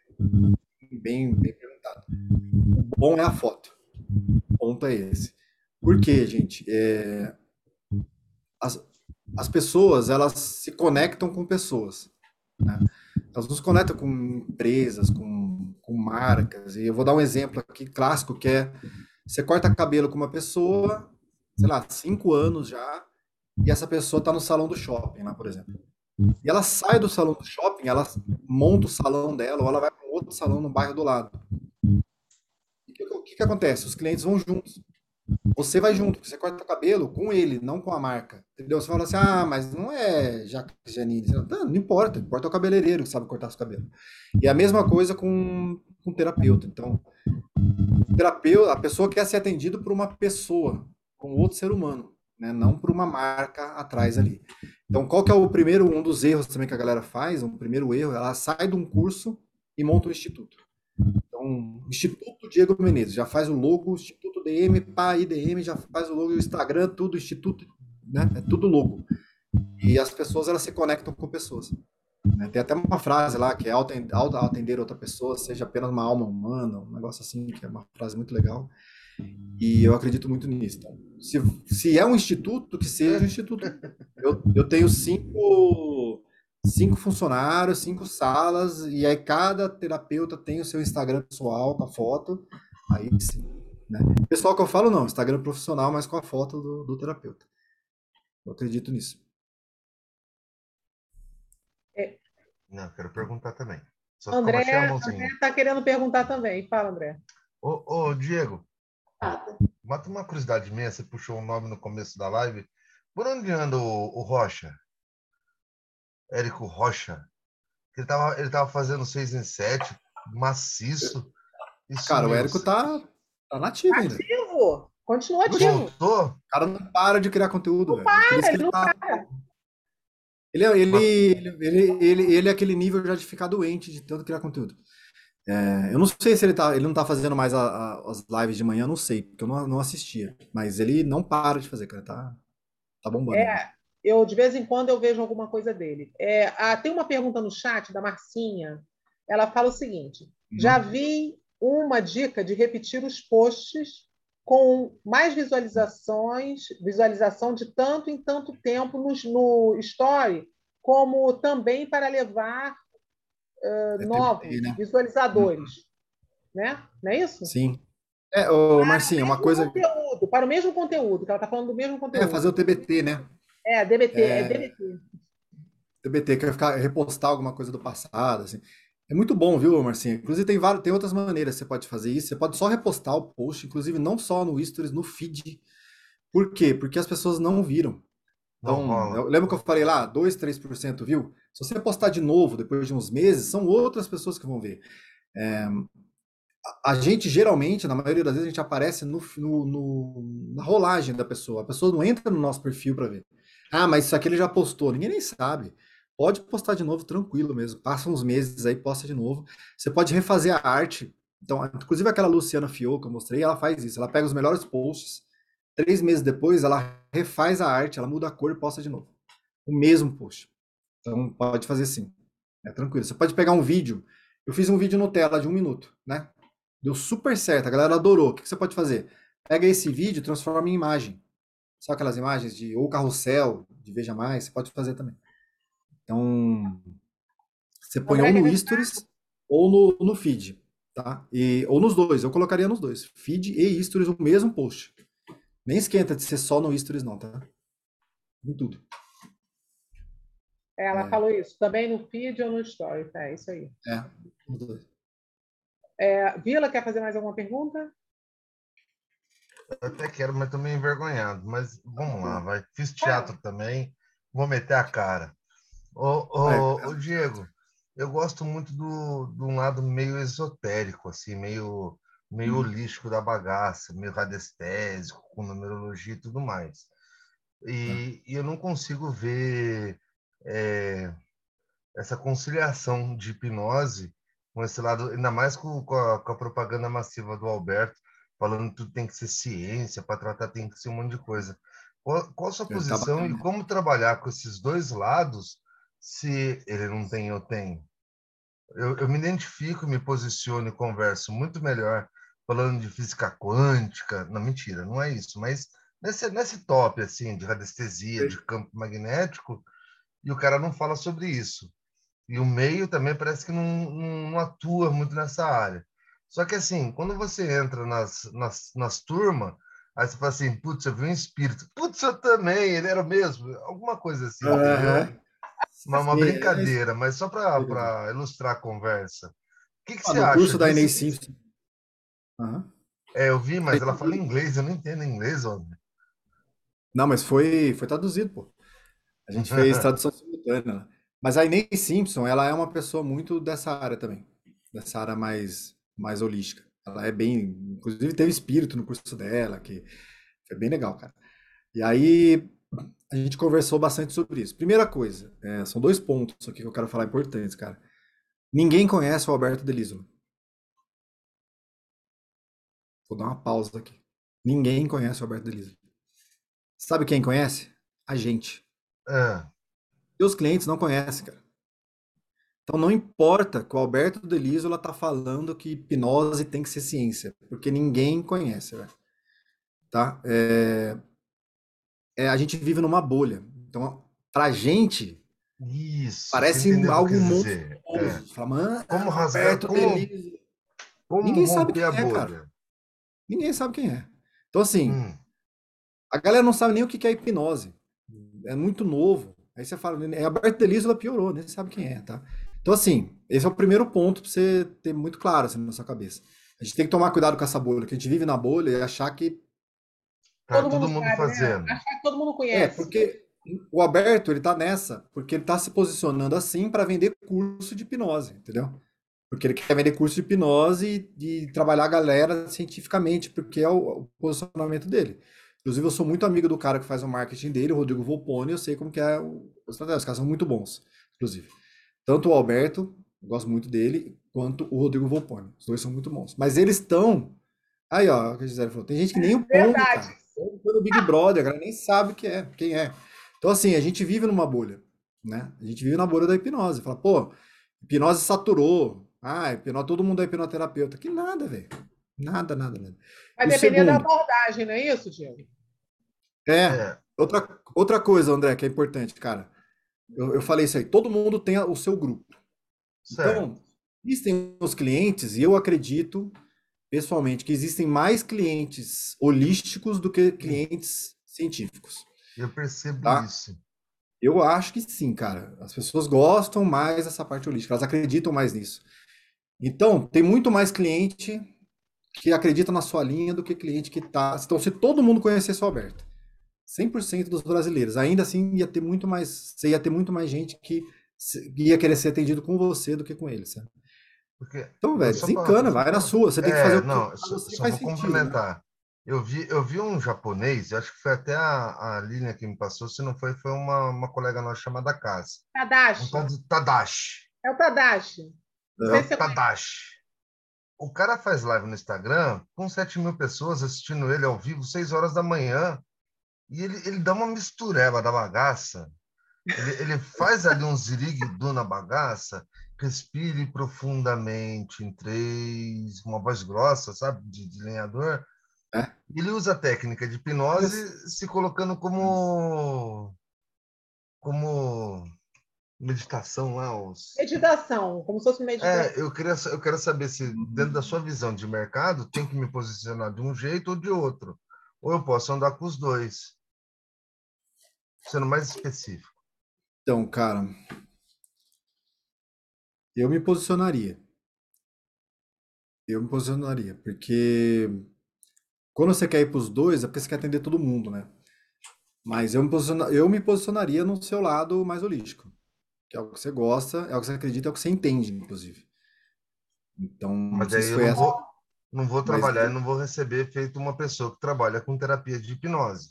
bem, bem perguntado. O bom é a foto. O ponto é esse. Por quê, gente? É, as, as pessoas, elas se conectam com pessoas, né? Elas não se conectam com empresas, com, com marcas. E eu vou dar um exemplo aqui clássico, que é você corta cabelo com uma pessoa, sei lá, cinco anos já, e essa pessoa está no salão do shopping, lá, por exemplo. E ela sai do salão do shopping, ela monta o salão dela, ou ela vai para um outro salão no bairro do lado. E o que, que, que acontece? Os clientes vão juntos. Você vai junto, você corta o cabelo com ele, não com a marca. Entendeu? Você fala assim, ah, mas não é Jacques Janine. Não, não importa, importa o cabeleireiro que sabe cortar os cabelos. E a mesma coisa com, com o terapeuta. Então, o terapeuta, a pessoa quer ser atendida por uma pessoa, com outro ser humano, né? Não por uma marca atrás ali. Então, qual que é o primeiro, um dos erros também que a galera faz? Um primeiro erro, ela sai de um curso e monta um instituto. Então, Instituto Diego Menezes, já faz o logo, Instituto D M, pá, I D M, já faz o logo, o Instagram, tudo, Instituto, né? É tudo logo. E as pessoas, elas se conectam com pessoas. Né? Tem até uma frase lá, que é ao atender outra pessoa, seja apenas uma alma humana, um negócio assim, que é uma frase muito legal. E eu acredito muito nisso. Então, se, se é um instituto, que seja um instituto. Eu, eu tenho cinco, cinco funcionários, cinco salas, e aí cada terapeuta tem o seu Instagram pessoal com a foto. Aí sim. Né? Pessoal que eu falo, não, Instagram profissional, mas com a foto do, do terapeuta. Eu acredito nisso. É, Não, eu quero perguntar também. Só que eu André, baixei a André mãozinha. está querendo perguntar também. Fala, André. Ô, ô, Diego, nada. mata uma curiosidade minha, você puxou o nome no começo da live. Por onde anda o, o Rocha? Érico Rocha? Ele tava, ele tava fazendo seis em sete, maciço. E Cara, o sumiu. Érico tá, tá nativo ainda. Ativo! Continua ativo. Voltou? O cara não para de criar conteúdo, Não velho. Por para, isso que ele ele não tá. para. Ele, é- ele, ele, ele, ele, ele é aquele nível já de ficar doente de tanto criar conteúdo. É, eu não sei se ele tá, ele não tá fazendo mais a- a- as lives de manhã, eu não sei, porque eu não, não assistia. Mas ele não para de fazer, cara. Tá, tá bombando ainda. É, eu de vez em quando eu vejo alguma coisa dele. É, ah, tem uma pergunta no chat da Marcinha. Ela fala o seguinte: já Uhum. vi uma dica de repetir os posts com mais visualizações, visualização de tanto em tanto tempo no, no story, como também para levar uh, É novos T B T, né? Uhum. visualizadores, né? Não é isso? Sim. É, ô, Marcinho, uma Mesmo coisa. conteúdo, para o mesmo conteúdo, que ela está falando do mesmo É fazer conteúdo. o T B T, né? É, D B T, é D B T. T B T, que vai ficar, repostar alguma coisa do passado, assim. É muito bom, viu, Marcinho? Inclusive, tem, várias, tem outras maneiras que você pode fazer isso. Você pode só repostar o post, inclusive não só no Stories, no feed. Por quê? Porque as pessoas não viram. Não Então, rola. eu, lembra que eu falei lá, dois, três por cento viu? Se você postar de novo depois de uns meses, são outras pessoas que vão ver. É, a, a gente, geralmente, na maioria das vezes, a gente aparece no, no- no- na rolagem da pessoa. A pessoa não entra no nosso perfil para ver. Ah, mas isso aqui ele já postou. Ninguém nem sabe. Pode postar de novo, tranquilo mesmo. Passa uns meses aí, posta de novo. Você pode refazer a arte. Então, inclusive aquela Luciana Fiô que eu mostrei, ela faz isso. Ela pega os melhores posts. Três meses depois, ela refaz a arte, ela muda a cor e posta de novo. O mesmo post. Então, pode fazer sim. É tranquilo. Você pode pegar um vídeo. Eu fiz um vídeo Nutella de um minuto, né? Deu super certo, a galera adorou. O que você pode fazer? Pega esse vídeo e transforma em imagem. Só aquelas imagens de ou carrossel, de Veja Mais, você pode fazer também. Então, você põe André, ou quer no ver? Stories ou no, no feed, tá? E, ou nos dois, eu colocaria nos dois. Feed e Stories, o mesmo post. Nem esquenta de ser só no Stories não, tá? Em tudo. Ela É. falou isso, também no feed ou no story, tá? É isso aí. É, nos dois. É, Vila, quer fazer mais alguma pergunta? Eu até quero, mas tô meio envergonhado. Mas vamos lá, vai. Fiz teatro também, vou meter a cara. Ô, ô, ô, Diego, eu gosto muito do, de um lado meio esotérico, assim, meio meio Uhum. holístico da bagaça, meio radiestésico, com numerologia e tudo mais. Tá. E, e eu não consigo ver é, essa conciliação de hipnose com esse lado, ainda mais com, com, a, com a propaganda massiva do Alberto, falando que tudo tem que ser ciência, para tratar tem que ser um monte de coisa. Qual, qual a sua Ele tá posição e bacana. como trabalhar com esses dois lados se ele não tem, eu tenho? Eu, eu me identifico, me posiciono e converso muito melhor falando de física quântica. Não, mentira, não é isso. Mas nesse, nesse top, assim, de radiestesia, de campo magnético, e o cara não fala sobre isso. E o meio também parece que não, não, não atua muito nessa área. Só que, assim, quando você entra nas, nas, nas turmas, aí você fala assim, putz, eu vi um espírito. Putz, eu também, ele era o mesmo. Alguma coisa assim, entendeu? Aham. Uma, uma Sim, é isso. brincadeira, mas só para ilustrar a conversa. O que, que Ah, você no acha curso da disso? Inês Simpson. Aham. É, eu vi, Falei, mas ela fala inglês, eu não entendo inglês, homem. não, mas foi, foi traduzido, pô. A gente fez tradução simultânea, né? Mas a Inês Simpson, ela é uma pessoa muito dessa área também, dessa área mais, mais holística. Ela é bem, inclusive teve espírito no curso dela, que foi bem legal, cara. E aí a gente conversou bastante sobre isso. Primeira coisa, é, são dois pontos aqui que eu quero falar importantes, cara. Ninguém conhece o Alberto Delísolo. Vou dar uma pausa aqui. Ninguém conhece o Alberto Delísolo. Sabe quem conhece? A gente. É, E os clientes não conhecem, cara. Então não importa que o Alberto Delísola tá falando que hipnose tem que ser ciência, porque ninguém conhece, velho, tá? É, é, a gente vive numa bolha. Então, pra gente, isso, você parece entendeu o que eu algo quis dizer. É. monstruoso. Fala, mano, Como rasgar, Alberto como, Delísola. como Ninguém sabe romper a quem é, cara. bolha? Ninguém sabe quem é. Então, assim, Hum, a galera não sabe nem o que que é hipnose. É muito novo. Aí você fala, é Alberto Delísola piorou, nem sabe quem é, tá? Então, assim, esse é o primeiro ponto pra você ter muito claro assim, na sua cabeça. A gente tem que tomar cuidado com essa bolha, que a gente vive na bolha e achar que. tá Todo mundo todo mundo sabe, né? fazendo. Achar que todo mundo É, conhece. porque o Alberto, ele tá nessa, porque ele tá se posicionando assim para vender curso de hipnose, entendeu? Porque ele quer vender curso de hipnose e, e trabalhar a galera cientificamente, porque é o, o posicionamento dele. Inclusive, eu sou muito amigo do cara que faz o marketing dele, o Rodrigo Volponi, eu sei como que é o, o estratégia. Os caras são muito bons, inclusive. Tanto o Alberto, eu gosto muito dele, quanto o Rodrigo Volponi. Os dois são muito bons. Mas eles estão. Aí, ó, o que a Gisele falou. Tem gente que nem o Pong, Verdade. cara. O Pong do Big Brother, a galera nem sabe que é, quem é. Então, assim, a gente vive numa bolha, né? A gente vive na bolha da hipnose. Fala, pô, hipnose saturou. Ah, hipnose, todo mundo é hipnoterapeuta. Que nada, velho. Nada, nada, nada. Vai E o depender da segundo, abordagem, não é isso, Diego? é, É, outra, outra coisa, André, que é importante, cara. Eu, eu falei isso aí, todo mundo tem a- o seu grupo. certo. Então, existem os clientes, e eu acredito, pessoalmente, que existem mais clientes holísticos do que clientes científicos, Eu percebo tá? isso. Eu acho que sim, cara. As pessoas gostam mais dessa parte holística, elas acreditam mais nisso. Então, tem muito mais cliente que acredita na sua linha do que cliente que tá. Então, se todo mundo conhecesse o Alberto, cem por cento dos brasileiros, ainda assim ia ter muito mais, você ia ter muito mais gente que se- ia querer ser atendido com você do que com ele, sabe? Porque, Então, não, velho, só para. desencana, vai na sua. Você tem que fazer É, o que não, pra só, você só faz vou sentido, né? complementar. Eu vi, eu vi um japonês, eu acho que foi até a, a linha que me passou, se não foi, foi uma, uma colega nossa chamada Cassi. Um tal Tadashi. de Tadashi. É o Tadashi. Não É sei o se você conhece. Tadashi. O cara faz live no Instagram com sete mil pessoas assistindo ele ao vivo, seis horas da manhã. E ele, ele dá uma mistureba da bagaça. Ele, ele faz ali um ziriguidum na bagaça, respire profundamente em três, uma voz grossa, sabe, de, de lenhador. É. Ele usa a técnica de hipnose se colocando como, como meditação lá. Os... Meditação, como se fosse meditação. É, eu queria, eu quero saber se, dentro da sua visão de mercado, tem que me posicionar de um jeito ou de outro. Ou eu posso andar com os dois, sendo mais específico. Então, cara, eu me posicionaria. Eu me posicionaria, porque quando você quer ir para os dois, é porque você quer atender todo mundo, né? Mas eu me, posiciona- eu me posicionaria no seu lado mais holístico, que é o que você gosta, é o que você acredita, é o que você entende, inclusive. Então, não Mas sei daí se eu foi não essa. vou. não vou Mas, trabalhar e não vou receber feito uma pessoa que trabalha com terapia de hipnose.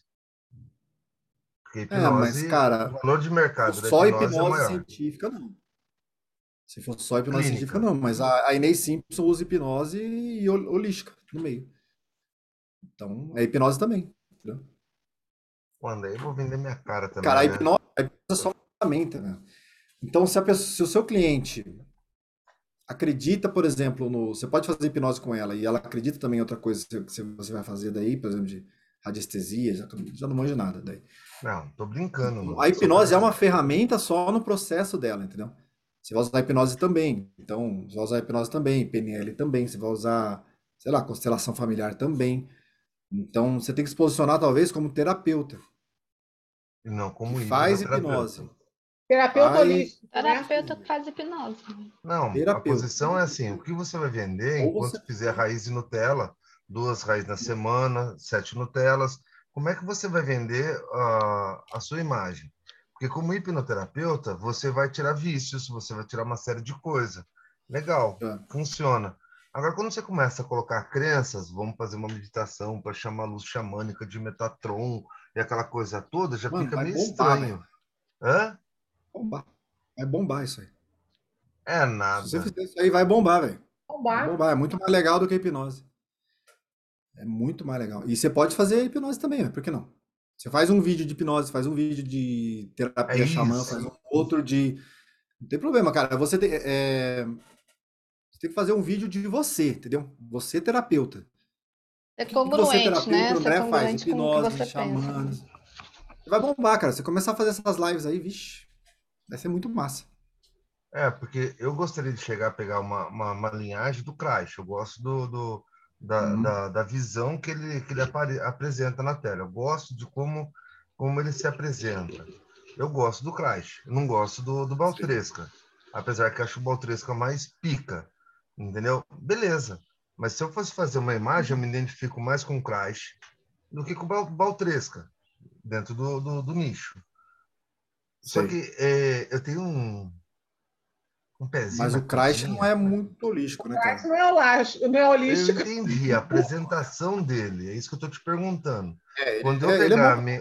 Porque é, mas, hipnose, o cara, valor de mercado da só hipnose é hipnose maior. científica, não. Se for só hipnose científica, Clínica. não. Mas a, a Inês Simpson usa hipnose e hol- holística no meio. Então, é hipnose também. Entendeu? Quando aí eu vou vender minha cara Cara, também, a né? hipnose, a hipnose é só uma ferramenta, né? Então, se, a pessoa- se o seu cliente acredita, por exemplo, no. Você pode fazer hipnose com ela e ela acredita também em outra coisa que você você vai fazer daí, por exemplo, de radiestesia, já, já não manjo nada daí. Não, tô brincando, Então, mano. a Só pra hipnose é dizer. uma ferramenta só no processo dela, entendeu? Você vai usar a hipnose também. Então, você vai usar a hipnose também, P N L também, você vai usar, sei lá, constelação familiar também. Então, você tem que se posicionar talvez como terapeuta, E não que como faz hipnoterapeuta. hipnose, Terapeuta faz holístico, né? Terapeuta que faz hipnose. Não, a terapeuta. posição é assim: o que você vai vender Ou enquanto você fizer raiz de Nutella, duas raízes na semana, sete Nutellas, como é que você vai vender a, a sua imagem? Porque como hipnoterapeuta, você vai tirar vícios, você vai tirar uma série de coisas. Legal, ah, funciona. Agora, quando você começa a colocar crenças, vamos fazer uma meditação para chamar a luz xamânica de Metatron e aquela coisa toda, já mano, fica vai meio bombar, velho. estranho. Hã? Bombar. Vai bombar isso aí. É Se você nada. fizer isso aí, vai bombar, velho. Vai Bombar. bombar. É muito mais legal do que a hipnose. É muito mais legal. E você pode fazer hipnose também, né? Por que não? Você faz um vídeo de hipnose, faz um vídeo de É terapia xamã, faz isso. um outro de. Não tem problema, cara. Você tem, é, você tem que fazer um vídeo de você, entendeu? Você terapeuta. É O que que você, congruente, né? terapeuta, Ser André, faz? congruente com o que Hipnose, você pensa, xamã. né? Você vai bombar, cara. Você começar a fazer essas lives aí, vixe, vai ser muito massa. É, porque eu gostaria de chegar a pegar uma, uma, uma linhagem do Crash. Eu gosto do, do- da, Uhum. da, da visão que ele, que ele apare- apresenta na tela. Eu gosto de como, como ele se apresenta. Eu gosto do Crash. Eu não gosto do, do Sei. Baltresca. Apesar que eu acho o Baltresca mais pica. Entendeu? Beleza. Mas se eu fosse fazer uma imagem, eu me identifico mais com o Crash do que com o Bal- Baltresca, dentro do, do, do nicho. Só Sei. que é, eu tenho um, um pezinho Mas na o Crash não cozinha. é muito holístico, né, Mas cara? não é holístico, não é Eu holístico. entendi a apresentação dele, é isso que eu estou te perguntando. É, ele Quando eu é, ele é bom pegar a pra... minha,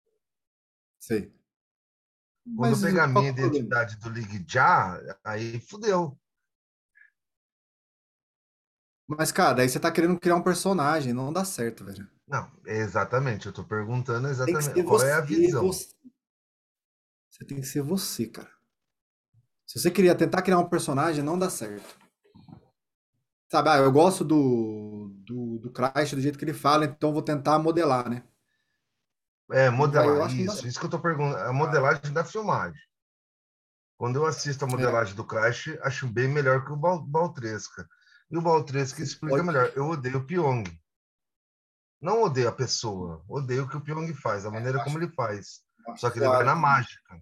Sei. quando eu Mas pegar a qual minha que é o problema? identidade do Ligue Já, aí fudeu. Mas, cara, daí você tá querendo criar um personagem, não dá certo, velho. Não, é exatamente, eu estou perguntando Tem que exatamente ser qual é a você, visão. você. Você tem que ser você, cara. Se você queria tentar criar um personagem, não dá certo. Sabe, ah, eu gosto do, do, do Crash, do jeito que ele fala, então eu vou tentar modelar, né? É, Não vai, eu modelar, acho que não dá isso, certo. isso que eu estou perguntando, a modelagem da filmagem. Quando eu assisto a É, modelagem do Crash, acho bem melhor que o Bal- Baltresca. E o Baltresca você explica pode. melhor. Eu odeio o Pyong. Não odeio a pessoa, odeio o que o Pyong faz, a Eu maneira como acho, ele faz. eu acho Só que ele vai zoado na também. mágica.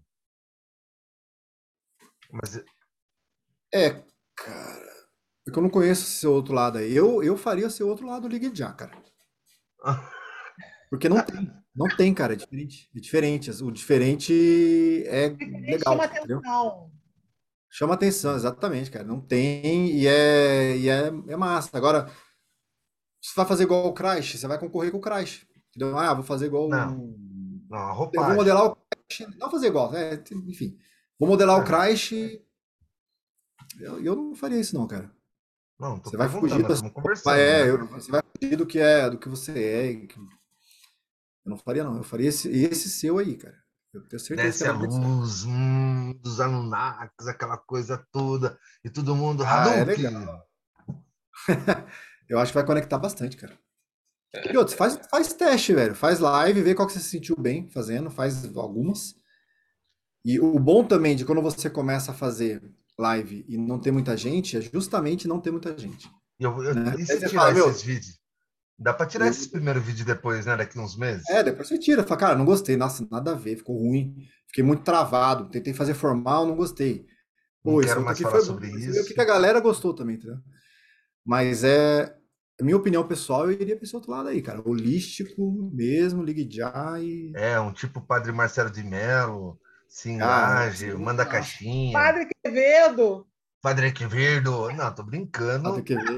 Mas É, cara. É que eu não conheço esse seu outro lado aí. Eu, eu faria seu outro lado Ligue Já, cara. Porque não tem. Não tem, cara. É diferente. É diferente. O diferente é Diferente legal, chama entendeu? atenção. Chama atenção, exatamente, cara. Não tem e é, e é, é massa. Agora, você vai fazer igual o Crash, você vai concorrer com o Crash. Entendeu? Ah, vou fazer igual não, o. não, a Eu vou roupagem. modelar o Crash. Não fazer igual, é, enfim. Vou modelar o É, Crash. Eu, eu não faria isso, não, cara. não, tô Você vai fugir perguntando, nós das. estamos Vai, conversando, é, né? eu- você vai fugir do que é, do que você é. e que- Eu não faria, não. Eu faria esse, esse seu aí, cara. Eu tenho certeza que Desce ia a dar muito certo. luz, hum, dos Anunnakis, aquela coisa toda, e todo mundo, Ah, é legal. Hadouken! Eu acho que vai conectar bastante, cara. E outros, faz, faz teste, velho. Faz live, vê qual que você se sentiu bem fazendo, faz algumas. E o bom também de quando você começa a fazer live e não ter muita gente é justamente não ter muita gente, E, eu, eu, né? e Aí se você tirar fala, esses meu, vídeos? Dá para tirar eu... esses primeiros vídeos depois, né? Daqui uns É, meses? depois você tira, fala, cara, não gostei, nossa, nada a ver, ficou ruim, fiquei muito travado, tentei fazer formal, não gostei. Não Pô, esse quero outro mais aqui falar foi bom. sobre Aí você vê o que que isso. a galera gostou também, entendeu? Mas é, minha opinião pessoal, eu iria pra esse outro lado aí, cara. Holístico mesmo, ligue já e... É, um tipo Padre Marcelo de Mello, se Ah, engaje, seria muito manda massa. caixinha. Padre Quevedo. Padre Quevedo, não, tô Padre brincando. Quevedo.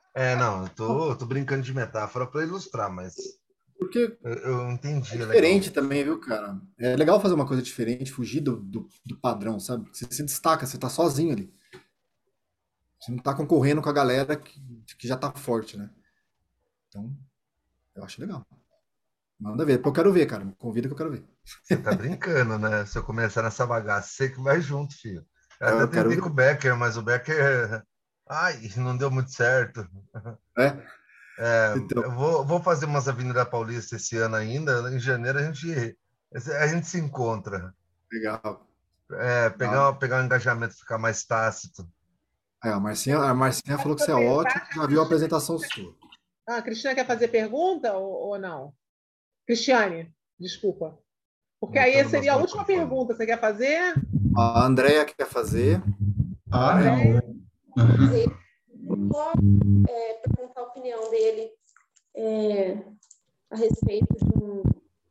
É, não, eu tô, tô brincando de metáfora para ilustrar, mas Porque eu, eu é entendi, é legal. diferente também, viu, cara? É legal fazer uma coisa diferente, fugir do, do, do padrão, sabe? Você se destaca, você tá sozinho ali. Você não tá concorrendo com a galera que, que já tá forte, né? Então, eu acho legal. Manda ver, porque eu quero ver, cara. Me convida que eu quero ver. Você tá brincando, né? Se eu começar nessa bagaça, você que vai junto, filho. Eu até Eu quero tentei ver. com o Becker, mas o Becker. Ai, não deu muito certo. É, É, então, eu vou, vou fazer umas Avenida Paulista esse ano ainda. Em janeiro a gente, a gente se encontra. legal. É, Legal. pegar, pegar um engajamento, ficar mais tácito. É, a Marcinha, a Marcinha falou que você é ótimo, já viu a apresentação sua. Ah, a Cristina quer fazer pergunta ou, ou não? Cristiane, desculpa. Porque aí Voltando umas seria a notas que última eu falei. pergunta. Você quer fazer? A Andrea quer fazer. Ah, André? não. Só é, perguntar a opinião dele é, a respeito de, um,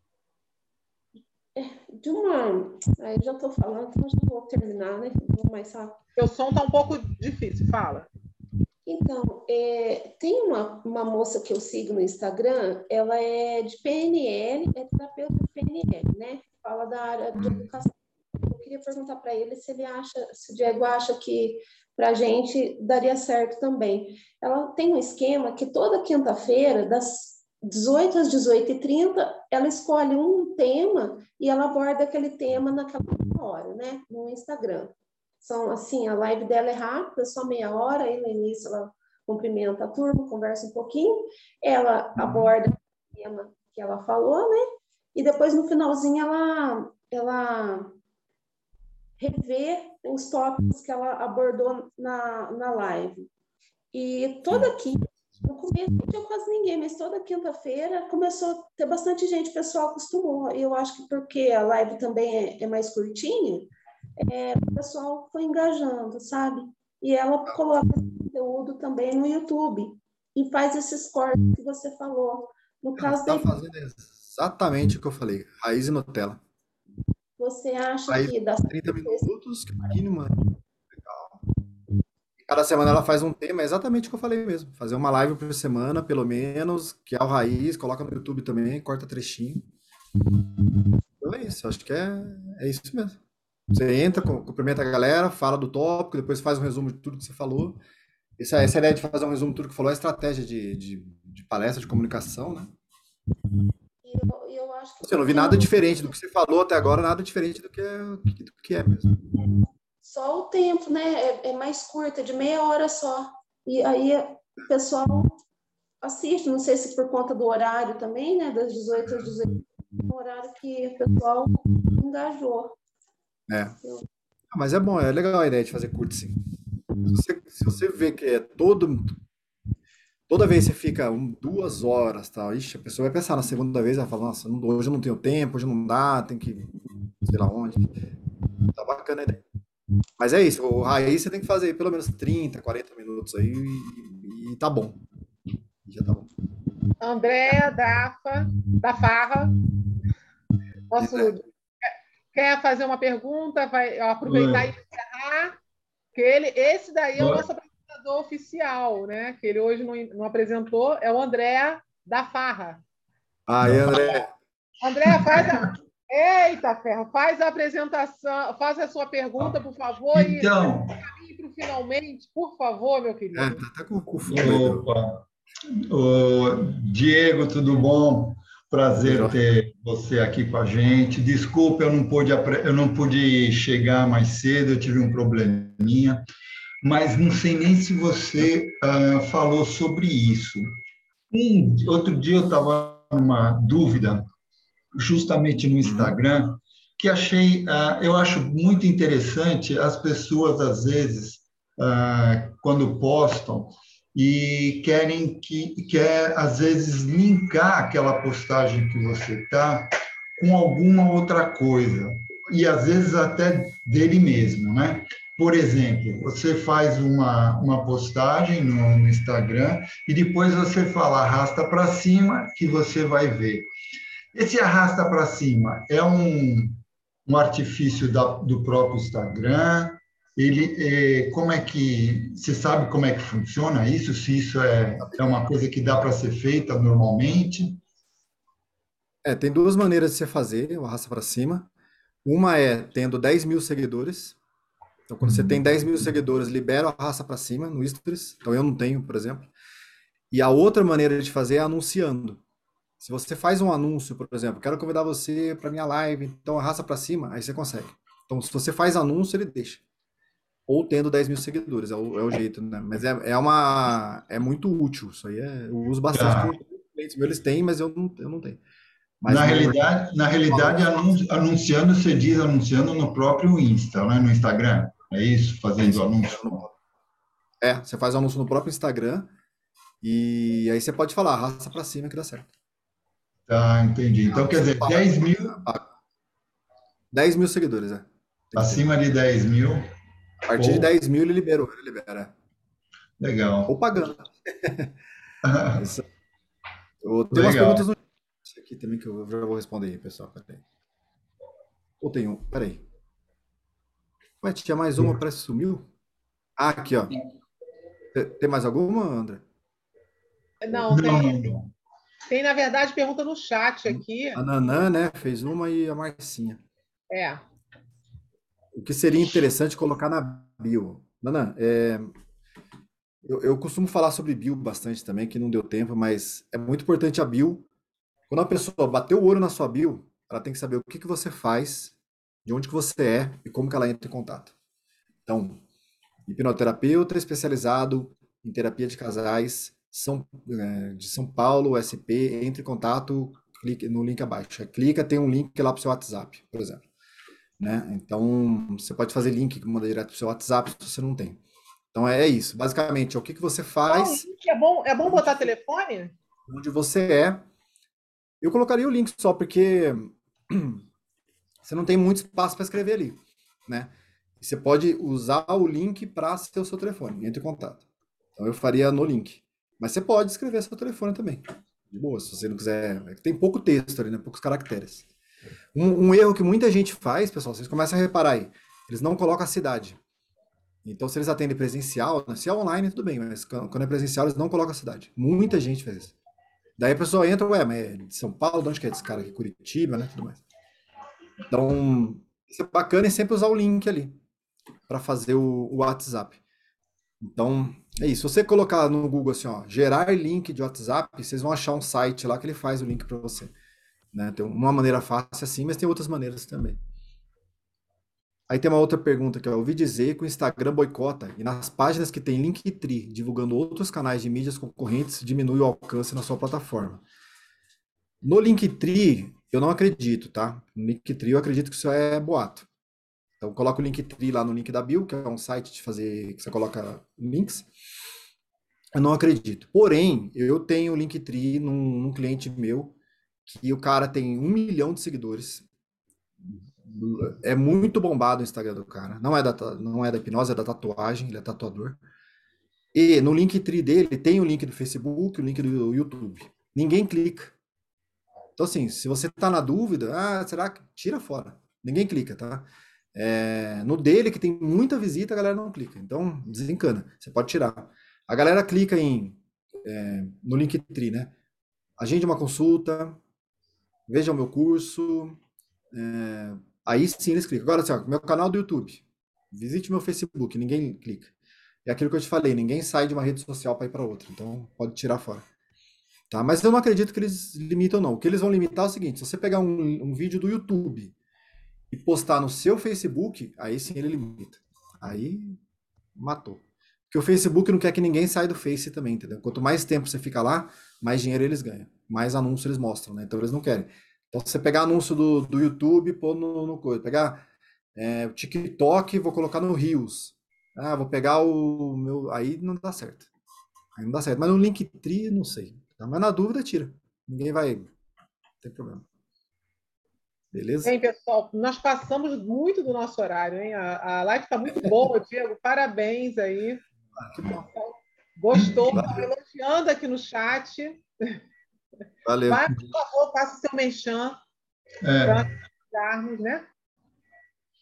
é, de uma. Aí já estou falando, então já vou terminar, né? Vou mais rápido. Seu som está um pouco difícil, fala. Então, é, tem uma, uma moça que eu sigo no Instagram, ela é de P N L, é terapeuta de P N L, né? Fala da área de educação. Eu queria perguntar para ele se ele acha, se o Diego acha que para a gente daria certo também. Ela tem um esquema que toda quinta-feira, das dezoito às dezoito e trinta, ela escolhe um tema e ela aborda aquele tema naquela hora, né? No Instagram. São, assim, a live dela é rápida, só meia hora, aí no início ela cumprimenta a turma, conversa um pouquinho, ela aborda o tema que ela falou, né? E depois, no finalzinho, ela, ela revê os tópicos que ela abordou na, na live. E toda quinta, no começo não tinha quase ninguém, mas toda quinta-feira começou a ter bastante gente, o pessoal acostumou. E eu acho que porque a live também é, é mais curtinha, é, o pessoal foi engajando, sabe? E ela coloca esse conteúdo também no YouTube e faz esses cortes que você falou. No Ela caso está da fazendo exatamente o que eu falei. Raiz e Nutella. você acha Raiz que dá trinta minutos, que mínimo. Cada semana ela faz um tema, é exatamente o que eu falei mesmo. Fazer uma live por semana, pelo menos, que é o Raiz, coloca no YouTube também, corta trechinho. Então é isso, acho que é, é isso mesmo. Você entra, cumprimenta a galera, fala do tópico, depois faz um resumo de tudo que você falou. Essa, essa ideia de fazer um resumo de tudo que falou é estratégia de, de, de palestra, de comunicação, né? eu, eu acho que Eu não vi nada diferente do que você falou até agora, nada diferente do que é, do que é mesmo. só o tempo, né? É, é mais curto, é de meia hora só. E aí o pessoal assiste, não sei se por conta do horário também, né? Das dezoito às dezoito, é um horário que o pessoal engajou. É. Ah, mas é bom, é legal a ideia de fazer curto, sim. Se você, se você vê que é todo. Toda vez você fica um, duas horas, tal, ixi, a pessoa vai pensar na segunda vez, vai falar, nossa, não- hoje eu não tenho tempo, hoje não dá, tem que, sei lá onde. Tá bacana a ideia. Mas é isso, o raiz você tem que fazer pelo menos trinta, quarenta minutos aí e, e tá bom. Já tá bom. André, Dafa, da Farra. Nosso, quer fazer uma pergunta? Vai aproveitar Oi. e encerrar. Que ele, esse daí é o Oi. nosso apresentador oficial, né? Que ele hoje não, não apresentou, é o André da Farra. Aí, André, André, faz a. Eita, ferro, faz a apresentação, faz a sua pergunta, por favor, Então, e caminhe para o finalmente, por favor, meu é, querido. tá até com, com o fundo aí. do- opa, ô, Diego, tudo bom? Prazer do- ter você aqui com a gente. Desculpa, eu não pude, apre- eu não pude chegar mais cedo, eu tive um probleminha, mas não sei nem se você ah, falou sobre isso. Um, outro dia eu estava numa dúvida, justamente no Instagram, que achei, ah, eu acho muito interessante as pessoas, às vezes, ah, quando postam, e querem que, quer, às vezes, linkar aquela postagem que você está com alguma outra coisa, e às vezes até dele mesmo, né? Por exemplo, você faz uma, uma postagem no, no Instagram e depois você fala, arrasta para cima que você vai ver. Esse arrasta para cima é um, um artifício da, do próprio Instagram, ele, é, como é que, você sabe como é que funciona isso? Se isso é, é uma coisa que dá para ser feita normalmente? É, tem duas maneiras de você fazer o arrasta para cima. Uma é tendo dez mil seguidores. Então, quando você tem dez mil seguidores, libera o arrasta para cima no Stories. Então, eu não tenho, por exemplo. E a outra maneira de fazer é anunciando. Se você faz um anúncio, por exemplo, quero convidar você para minha live, então arrasta para cima, aí você consegue. Então, se você faz anúncio, ele deixa. Ou tendo dez mil seguidores, é o, é o jeito, né? Mas é, é uma, é muito útil. Isso aí é, eu uso bastante, Tá. porque os clientes meus eles têm, mas eu não, eu não tenho. Mas Na no realidade, na realidade anun- anunciando, você diz anunciando no próprio Insta, né? No Instagram. É isso, é fazendo isso. anúncio. É, você faz o anúncio no próprio Instagram e aí você pode falar, arrasta para cima que dá certo. Tá, entendi. Então, quer Anúncio dizer, pago, dez mil, pago. dez mil seguidores, é. Tem que ter. acima de dez mil, A partir de ou dez mil ele liberou, ele libera. Ou legal. pagando. Isso. Eu tenho umas Legal. perguntas no chat aqui também que eu já vou responder aí, pessoal. Peraí. Ou tem um, peraí. Ué, tinha mais uma, parece que sumiu. Ah, aqui, ó. Tem tem mais alguma, André? Não, Não, tem, não, não. tem, na verdade, pergunta no chat aqui. A Nanã, né, fez uma e a Marcinha. É. O que seria interessante colocar na bio? Nanã, é, eu, eu costumo falar sobre bio bastante também, que não deu tempo, mas é muito importante a bio. Quando a pessoa bateu o olho na sua bio, ela tem que saber o que que você faz, de onde que você é e como que ela entra em contato. Então, hipnoterapeuta especializado em terapia de casais, São, é, de São Paulo, S P, entre em contato, clique no link abaixo. Clica, tem um link lá para o seu WhatsApp, por exemplo. Né? Então, você pode fazer link que manda direto para o seu WhatsApp se você não tem. Então, é isso. Basicamente, é o que, que você Ah, o faz, link é bom, é bom botar telefone? onde você é. Eu colocaria o link só porque você não tem muito espaço para escrever ali, né? Você pode usar o link para ser o seu telefone, entre em contato. Então eu faria no link. Mas você pode escrever seu telefone também. De boa, se você não quiser. É que tem pouco texto ali, né? Poucos caracteres. Um, um erro que muita gente faz, pessoal, vocês começam a reparar aí. Eles não colocam a cidade. Então, se eles atendem presencial, né, se é online, tudo bem, mas quando é presencial, eles não colocam a cidade. Muita gente faz isso. Daí a pessoa entra, ué, mas é de São Paulo, de onde que é esse cara aqui? Curitiba, né? Tudo mais. Então, isso é bacana e sempre usar o link ali para fazer o, o WhatsApp. Então, é isso. Se você colocar no Google assim, ó, gerar link de WhatsApp, vocês vão achar um site lá que ele faz o link para você. Né? Tem uma maneira fácil assim, mas tem outras maneiras também. Aí tem uma outra pergunta que eu ouvi dizer que o Instagram boicota e nas páginas que tem Linktree divulgando outros canais de mídias concorrentes diminui o alcance na sua plataforma. No Linktree, eu não acredito, tá? No Linktree eu acredito que isso é boato. Então coloca o Linktree lá no link da bio, que é um site de fazer que você coloca links. Eu não acredito. Porém, eu tenho o Linktree num, num cliente meu que o cara tem um milhão de seguidores. É muito bombado o Instagram do cara. Não é da, não é da hipnose, é da tatuagem, ele é tatuador. E no Linktree dele tem o link do Facebook, o link do YouTube. Ninguém clica. Então, assim, se você tá na dúvida, ah, será que... Tira fora. Ninguém clica, tá? É, no dele, que tem muita visita, a galera não clica. Então, desencana. Você pode tirar. A galera clica em, é, no Linktree, né? Agende uma consulta, veja o meu curso, é, aí sim eles clicam. Agora, assim, ó, meu canal do YouTube, visite meu Facebook, ninguém clica. É aquilo que eu te falei, ninguém sai de uma rede social para ir para outra, então pode tirar fora. Tá? Mas eu não acredito que eles limitam, não. O que eles vão limitar é o seguinte, se você pegar um, um vídeo do YouTube e postar no seu Facebook, aí sim ele limita. Aí matou. Porque o Facebook não quer que ninguém saia do Face também, entendeu? Quanto mais tempo você fica lá, mais dinheiro eles ganham. Mais anúncio eles mostram, né? Então eles não querem. Então se você pegar anúncio do, do YouTube, pôr no, no coisa. Pegar é, o TikTok, vou colocar no Reels. Ah, vou pegar o meu... Aí não dá certo. Aí não dá certo. Mas no Linktree, não sei. Tá? Mas na dúvida, tira. Ninguém vai... Não tem problema. Beleza? Bem, pessoal, nós passamos muito do nosso horário, hein? A, a live está muito boa, Diego. Parabéns aí. Ah, que bom. Gostou? Estão Valeu. elogiando aqui no chat. Valeu. Vai, por favor, faça o seu merchan É, para darmos, né?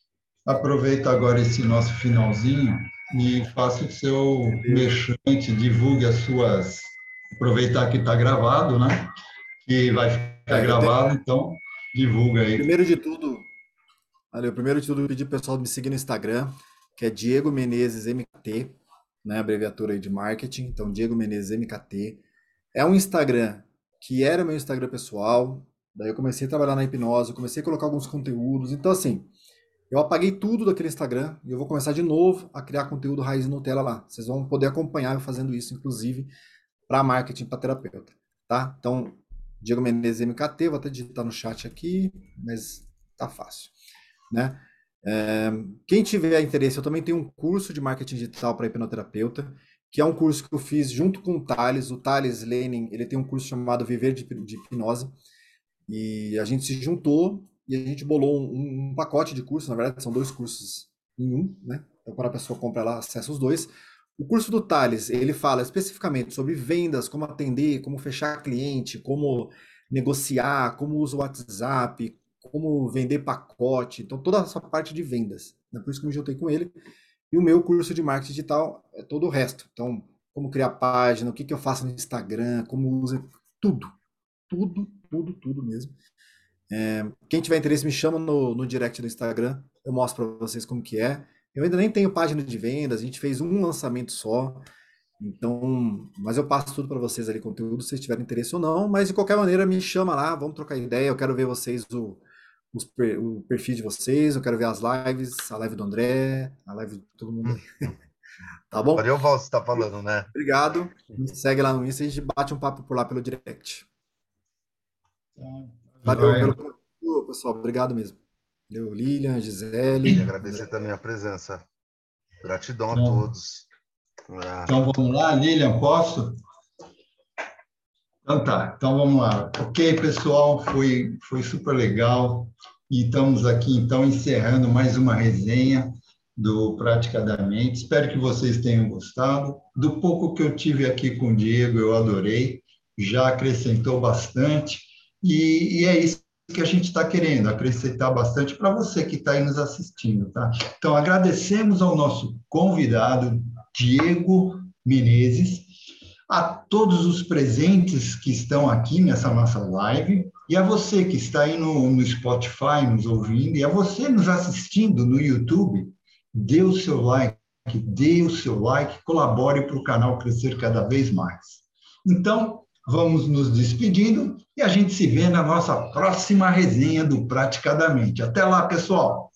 aproveita agora esse nosso finalzinho e faça o seu mexante, divulgue as suas... Aproveitar que está gravado, né? Que vai ficar É, eu gravado, tenho- então divulga aí. Primeiro de tudo, valeu, primeiro de tudo, eu pedi pro pessoal me seguir no Instagram, que é Diego Menezes M K T, né? Abreviatura aí de marketing. Então, Diego Menezes M K T. É um Instagram que era meu Instagram pessoal. Daí eu comecei a trabalhar na hipnose, eu comecei a colocar alguns conteúdos. Então, assim, eu apaguei tudo daquele Instagram e eu vou começar de novo a criar conteúdo raiz Nutella lá. Vocês vão poder acompanhar eu fazendo isso, inclusive, para marketing, para terapeuta, tá? Então, Diego Menezes M K T, vou até digitar no chat aqui, mas tá fácil, né? É, quem tiver interesse, eu também tenho um curso de marketing digital para hipnoterapeuta, que é um curso que eu fiz junto com o Thales. O Thales Lenin, ele tem um curso chamado Viver de, de Hipnose, e a gente se juntou e a gente bolou um, um pacote de cursos. Na verdade, são dois cursos em um, né? Então, quando a pessoa compra lá, acessa os dois. O curso do Thales, ele fala especificamente sobre vendas, como atender, como fechar cliente, como negociar, como usa o WhatsApp, como vender pacote, então toda essa parte de vendas, né? Por isso que eu me juntei com ele. E o meu curso de marketing digital é todo o resto. Então, como criar página, o que que eu faço no Instagram, como usa, tudo, tudo, tudo, tudo mesmo. É, quem tiver interesse, me chama no, no direct do Instagram, eu mostro para vocês como que é. Eu ainda nem tenho página de vendas, a gente fez um lançamento só, então, mas eu passo tudo para vocês ali, conteúdo, se vocês tiverem interesse ou não, mas de qualquer maneira me chama lá, vamos trocar ideia, eu quero ver vocês, o, os per- o perfil de vocês, eu quero ver as lives, a live do André, a live de todo mundo aí, tá bom? Ariel Val, você está falando, né? Obrigado, me segue lá no Insta e a gente bate um papo por lá pelo direct. Valeu Joia. pelo conteúdo, pessoal, obrigado mesmo. Valeu, Lilian, E Gisele, agradecer André. também a presença. Gratidão a Então, todos. Ah, então vamos lá, Lilian, posso? Então tá, então vamos lá. Ok, pessoal, foi, foi super legal. E estamos aqui, então, encerrando mais uma resenha do Praticadamente. Espero que vocês tenham gostado. Do pouco que eu tive aqui com o Diego, eu adorei. Já acrescentou bastante. E, e é isso que a gente está querendo, acrescentar bastante para você que está aí nos assistindo, tá? Então, agradecemos ao nosso convidado, Diego Menezes, a todos os presentes que estão aqui nessa nossa live, e a você que está aí no, no Spotify nos ouvindo, e a você nos assistindo no YouTube, dê o seu like, dê o seu like, colabore para o canal crescer cada vez mais. Então, vamos nos despedindo e a gente se vê na nossa próxima resenha do Praticadamente. Até lá, pessoal!